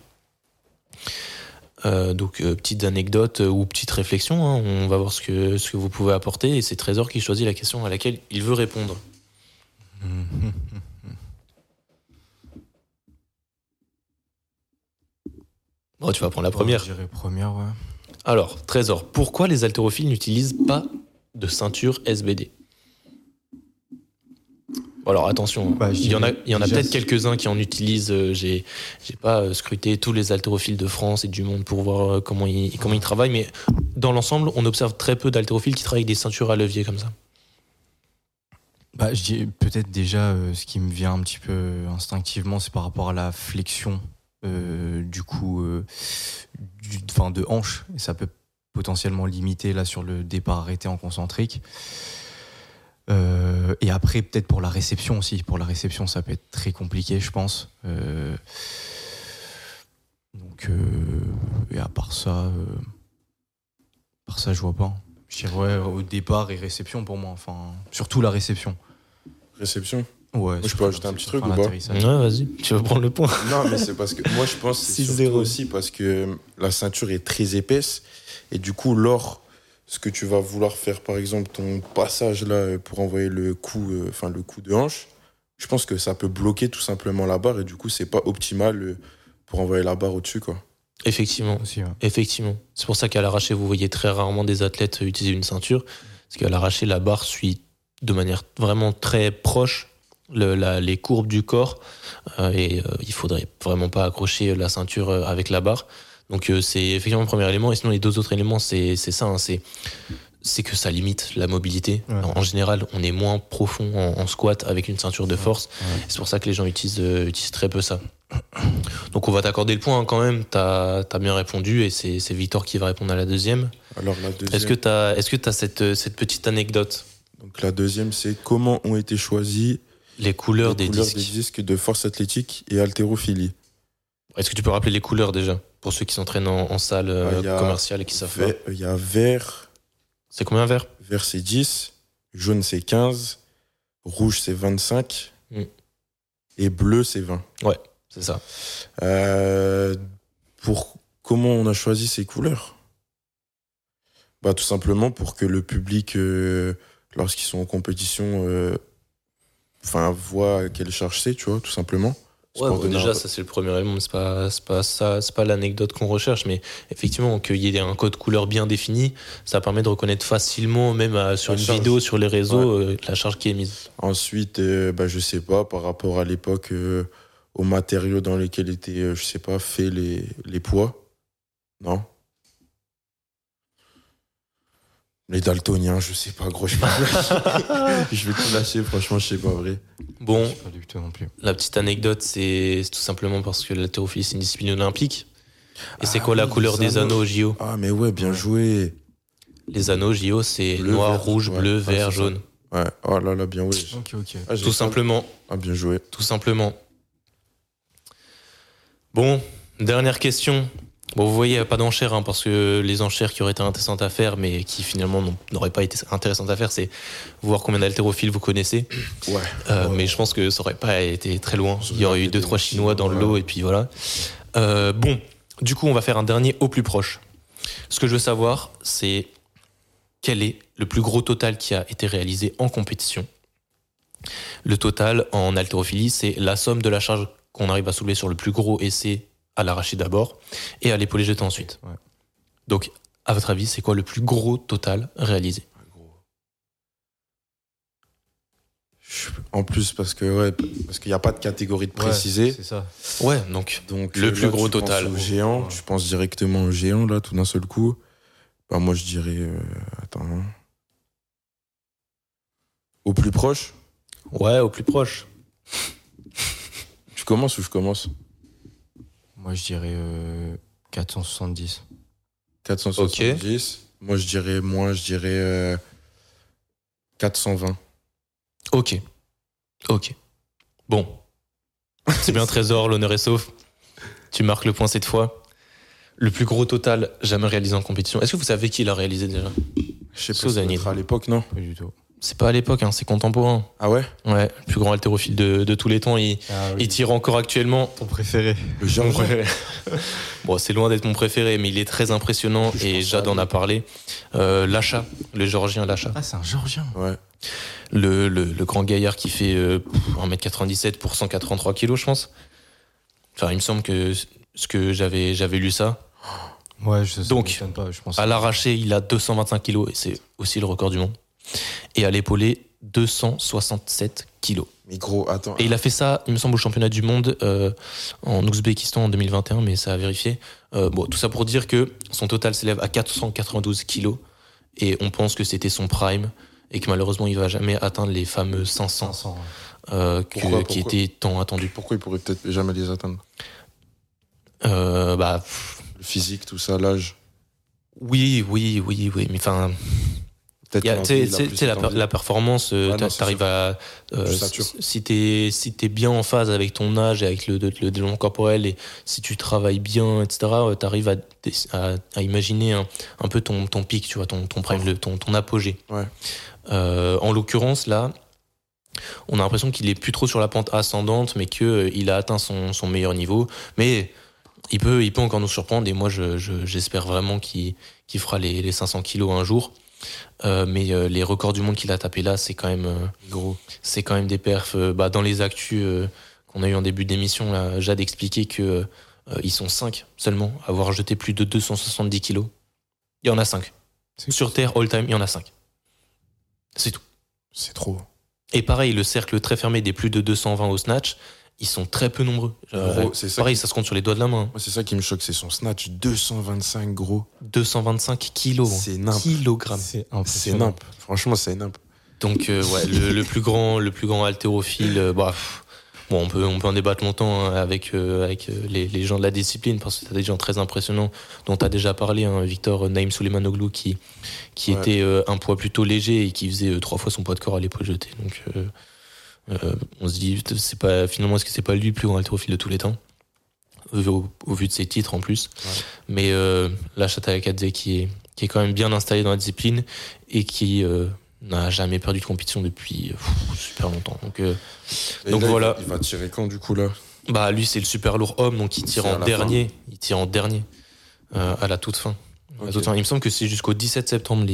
Donc, petite anecdote ou petite réflexion. Hein. On va voir ce que vous pouvez apporter. Et c'est Trésor qui choisit la question à laquelle il veut répondre. Bon, tu vas prendre la première. Je dirais première, ouais. Alors, Trésor, pourquoi les haltérophiles n'utilisent pas de ceinture SBD? Alors attention, Bah, il y en a déjà, peut-être c'est- quelques-uns qui en utilisent. J'ai pas scruté tous les haltérophiles de France et du monde pour voir comment ils travaillent, mais dans l'ensemble, on observe très peu d'haltérophiles qui travaillent avec des ceintures à levier comme ça. Bah, je dis peut-être déjà ce qui me vient un petit peu instinctivement, c'est par rapport à la flexion de hanche. Et ça peut potentiellement limiter là sur le départ arrêté en concentrique. Et après, peut-être pour la réception aussi. Pour la réception, ça peut être très compliqué, je pense. Et à part ça, je vois pas. Je dirais ouais, au départ et réception pour moi. Enfin, surtout la réception. Réception. Ouais. je peux ajouter un petit truc ou pas? l'atterrissage. Ouais, vas-y, tu vas prendre le point. Non, mais c'est parce que moi, je pense que c'est 6-0. surtout aussi parce que la ceinture est très épaisse. Et du coup, ce que tu vas vouloir faire, par exemple, ton passage là pour envoyer le coup de hanche, je pense que ça peut bloquer tout simplement la barre et du coup, c'est pas optimal pour envoyer la barre au-dessus, quoi. Effectivement. Aussi, ouais. Effectivement. C'est pour ça qu'à l'arraché, vous voyez très rarement des athlètes utiliser une ceinture. Parce qu'à l'arraché, la barre suit de manière vraiment très proche les courbes du corps. Il faudrait vraiment pas accrocher la ceinture avec la barre. Donc c'est effectivement le premier élément. Et sinon, les deux autres éléments, c'est ça. Hein, c'est que ça limite la mobilité. Ouais. En général, on est moins profond en squat avec une ceinture de force. Ouais. C'est pour ça que les gens utilisent très peu ça. Donc on va t'accorder le point hein, quand même. T'as bien répondu et c'est Victor qui va répondre à la deuxième. Alors, la deuxième. Est-ce que t'as cette petite anecdote? Donc, la deuxième, c'est comment ont été choisis Les couleurs les des couleurs disques. des disques de force athlétique et haltérophilie. Est-ce que tu peux rappeler les couleurs déjà pour ceux qui s'entraînent en salle Il y a commerciale et qui savent pas? Il y a vert. C'est combien vert? Vert, c'est 10. Jaune, c'est 15. Rouge, c'est 25. Et bleu, c'est 20. Ouais, c'est ça. Comment on a choisi ces couleurs? Bah, tout simplement pour que le public, lorsqu'ils sont en compétition, voit quelle charge c'est, tu vois, tout simplement. C'est Ouais, pour bon, donner déjà, un- ça c'est le premier élément, mais c'est pas l'anecdote qu'on recherche, mais effectivement, qu'il y ait un code couleur bien défini, ça permet de reconnaître facilement, même sur La une charge. vidéo, sur les réseaux, la charge qui est mise. Ensuite, je sais pas, par rapport à l'époque, aux matériaux dans lesquels étaient, faits les poids. Non? Les daltoniens, je sais pas, gros, je vais tout lâcher, franchement, je sais pas, vrai. Bon, Je sais pas du tout non plus. la petite anecdote, c'est tout simplement parce que l'haltérophilie, c'est une discipline olympique. Et c'est Ah quoi la oui, couleur les des anneaux au JO? Ah, mais ouais, bien joué. Les anneaux JO, c'est Bleu, noir, vert, rouge, ouais. bleu, Ouais, vert, c'est ça. jaune. Ouais, oh là là, bien ouais. Ok. Ah, j'ai Tout pas- simplement. Ah, bien joué. Tout simplement. Bon, dernière question. Bon, vous voyez, il n'y a pas d'enchères, parce que les enchères qui auraient été intéressantes à faire, mais qui finalement n'auraient pas été intéressantes à faire, c'est voir combien d'haltérophiles vous connaissez. Ouais. Mais je pense que ça n'aurait pas été très loin. Ça Il y aurait eu aurait été 2-3 Chinois dans le ouais. lot, et puis voilà. Bon, du coup, on va faire un dernier au plus proche. Ce que je veux savoir, c'est quel est le plus gros total qui a été réalisé en compétition. Le total en haltérophilie, c'est la somme de la charge qu'on arrive à soulever sur le plus gros essai à l'arraché d'abord et à l'épaulé jeté ensuite. Ouais. Donc, à votre avis, c'est quoi le plus gros total réalisé? En plus, parce qu'il n'y a pas de catégorie de précisé. C'est ça. Ouais, donc le plus là, gros tu penses total. au géant, Ouais. tu penses directement au géant, là, tout d'un seul coup. Bah, moi, je dirais. Attends. Hein. Au plus proche. Ouais, au plus proche. Tu commences ou je commence? Moi, je dirais 470. 470. Moi, je dirais 420. Ok. Bon. C'est bien, Trésor, l'honneur est sauf. Tu marques le point cette fois. Le plus gros total jamais réalisé en compétition. Est-ce que vous savez qui l'a réalisé déjà? Je sais pas Sous si ça Anil. doit être à l'époque, non? Pas du tout. C'est pas à l'époque, c'est contemporain. Ah ouais? Ouais, le plus grand haltérophile de tous les temps. Il tire encore actuellement. Ton préféré. Le géant. Bon, c'est loin d'être mon préféré, mais il est très impressionnant Je et pense Jade à en a lui. parlé. Lacha, le géorgien Lacha. Ah, c'est un Géorgien. Ouais. Le grand gaillard qui fait 1m97 pour 183 kilos, je pense. Enfin, il me semble que j'avais lu ça. Ouais, ça Donc, m'étonne pas, je pense. À l'arraché, il a 225 kilos et c'est aussi le record du monde. Et à l'épaulé, 267 kilos. Mais gros, attends. Et il a fait ça, il me semble, au championnat du monde en Ouzbékistan en 2021, mais ça a vérifié. Bon, tout ça pour dire que son total s'élève à 492 kilos et on pense que c'était son prime et que malheureusement il va jamais atteindre les fameux 500 500. Ouais. Pourquoi qui étaient tant attendus. Pourquoi il pourrait peut-être jamais les atteindre? Bah Le physique, tout ça, l'âge. oui, mais enfin. Peut-être Tu sais, la performance, t'arrives à. Si t'es bien en phase avec ton âge et avec le développement corporel et si tu travailles bien, etc., t'arrives à imaginer un peu ton pic, tu vois, ton prime, ton apogée. Ouais. En l'occurrence, là, on a l'impression qu'il est plus trop sur la pente ascendante, mais qu'il a atteint son meilleur niveau. Mais il peut encore nous surprendre et moi, j'espère vraiment qu'il fera les 500 kilos un jour. Mais les records du monde qu'il a tapé là, c'est quand même Gros. c'est quand même des perfs. Dans les actus qu'on a eu en début d'émission, là, Jade expliquait que ils sont 5 seulement à avoir jeté plus de 270 kilos. Il y en a 5. Sur Terre, all time, il y en a 5. C'est tout. C'est trop. Et pareil, le cercle très fermé des plus de 220 au snatch, ils sont très peu nombreux. Gros, c'est ça Pareil, ça se compte sur les doigts de la main. Moi, c'est ça qui me choque, c'est son snatch. 225, gros. 225 kilos. C'est nimp. Kilogrammes. C'est C'est impressionnant. nimp. Franchement, c'est nimp. Donc ouais, le plus grand haltérophile, bon, on peut en débattre longtemps avec les gens de la discipline parce que t'as des gens très impressionnants dont t'as déjà parlé, Victor Naïm Souleimanoglu qui Ouais. était un poids plutôt léger et qui faisait 3 fois son poids de corps à l'épaule jeté. Donc on se dit finalement est-ce que c'est pas lui le plus grand haltérophile de tous les temps au vu de ses titres en plus. Ouais. Mais là Chatakadze qui est quand même bien installé dans la discipline et qui n'a jamais perdu de compétition depuis super longtemps. Donc Et là, voilà. Il va tirer quand, du coup, là? Bah lui c'est le super lourd homme, donc il tire C'est à en la dernier. Il tire en dernier à la toute fin. À la toute fin. Il me semble que c'est jusqu'au 17 septembre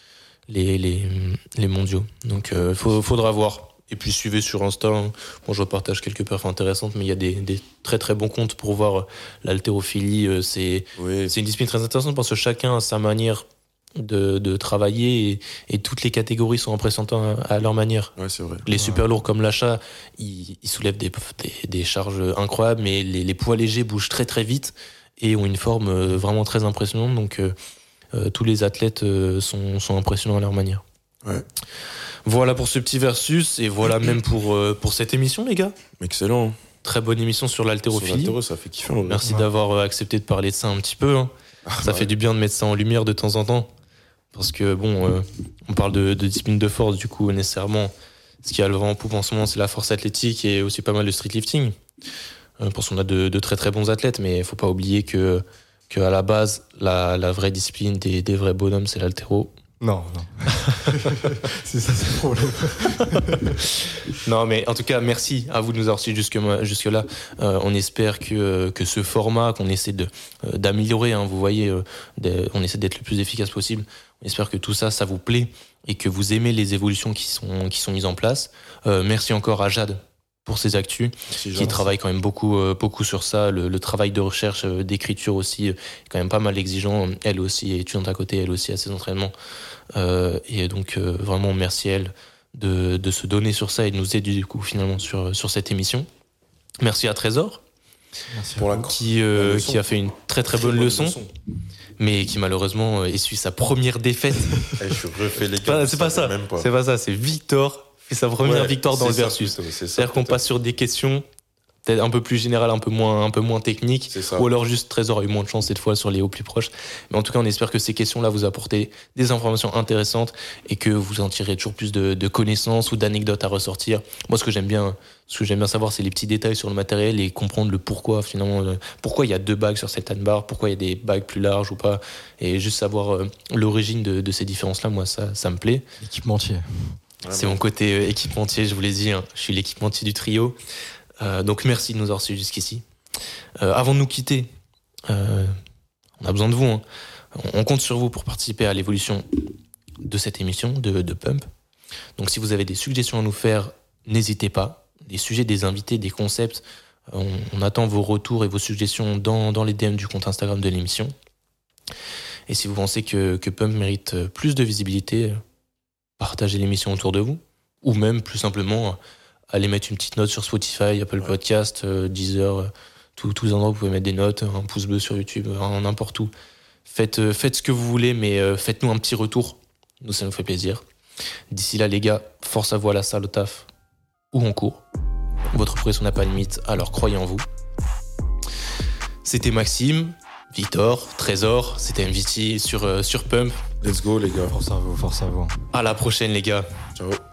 les mondiaux. Donc faudra voir. Et puis suivez sur Insta. Moi je repartage quelques perfs intéressantes, mais il y a des très très bons comptes pour voir l'haltérophilie. C'est une discipline très intéressante parce que chacun a sa manière de travailler et toutes les catégories sont impressionnantes à leur manière. Ouais, c'est vrai. Les super lourds comme l'achat, ils soulèvent des charges incroyables, mais les poids légers bougent très très vite et ont une forme vraiment très impressionnante. Donc tous les athlètes sont impressionnants à leur manière. Ouais. Voilà pour ce petit versus et voilà même pour cette émission, les gars. Excellent. Très bonne émission sur l'haltérophilie. Sur ça fait kiffer, en vrai. Merci d'avoir accepté de parler de ça un petit peu. Ça fait du bien de mettre ça en lumière de temps en temps. Parce que on parle de discipline de force, du coup, nécessairement, ce qui a le vent en poupe en ce moment, c'est la force athlétique et aussi pas mal de street lifting. Parce qu'on a de très très bons athlètes, mais il faut pas oublier que qu'à la base, la vraie discipline des vrais bonhommes, c'est l'haltéro. Non. C'est ça, c'est le problème. Non, mais en tout cas, merci à vous de nous avoir suivis jusque-là. On espère que ce format qu'on essaie d'améliorer, hein, vous voyez, on essaie d'être le plus efficace possible. On espère que tout ça, ça vous plaît et que vous aimez les évolutions qui sont mises en place. Merci encore à Jade pour ses actus, qui travaille quand même beaucoup sur ça. Le travail de recherche, d'écriture aussi, est quand même pas mal exigeant. Elle aussi est étudiante à côté, elle aussi a ses entraînements. Et donc, vraiment, merci à elle de se donner sur ça et de nous aider du coup, finalement, sur cette émission. Merci à Trésor, qui a fait une très bonne leçon. Mais qui malheureusement essuie sa première défaite. Je suis refait les gars. C'est pas ça. C'est pas ça. C'est Victor fait sa première victoire dans le versus. C'est-à-dire qu'on passe sur des questions peut-être un peu plus générales, un peu moins techniques, ou alors juste Trésor a eu moins de chance cette fois sur les hauts plus proches. Mais en tout cas, on espère que ces questions-là vous apportent des informations intéressantes et que vous en tirez toujours plus de connaissances ou d'anecdotes à ressortir. Moi, ce que j'aime bien savoir, c'est les petits détails sur le matériel et comprendre le pourquoi, finalement, pourquoi il y a 2 bagues sur cette handbar, pourquoi il y a des bagues plus larges ou pas, et juste savoir l'origine de ces différences-là, moi, ça me plaît. L'équipementier. C'est mon côté équipementier, je vous l'ai dit, hein, je suis l'équipementier du trio. Donc merci de nous avoir suivis jusqu'ici. Avant de nous quitter, on a besoin de vous. Hein. On compte sur vous pour participer à l'évolution de cette émission de Pump. Donc si vous avez des suggestions à nous faire, n'hésitez pas. Des sujets, des invités, des concepts, on attend vos retours et vos suggestions dans les DM du compte Instagram de l'émission. Et si vous pensez que Pump mérite plus de visibilité, partagez l'émission autour de vous. Ou même, plus simplement, allez mettre une petite note sur Spotify, Apple Podcast, Deezer, tous les endroits où vous pouvez mettre des notes, un pouce bleu sur YouTube, n'importe où. Faites ce que vous voulez, mais faites-nous un petit retour. Nous, ça nous fait plaisir. D'ici là, les gars, force à vous à la salle, au taf ou en cours. Votre progression n'a pas de limite, alors croyez en vous. C'était Maxime, Victor, Trésor, c'était MVT sur Pump. Let's go, les gars. Force à vous. À la prochaine, les gars. Ciao.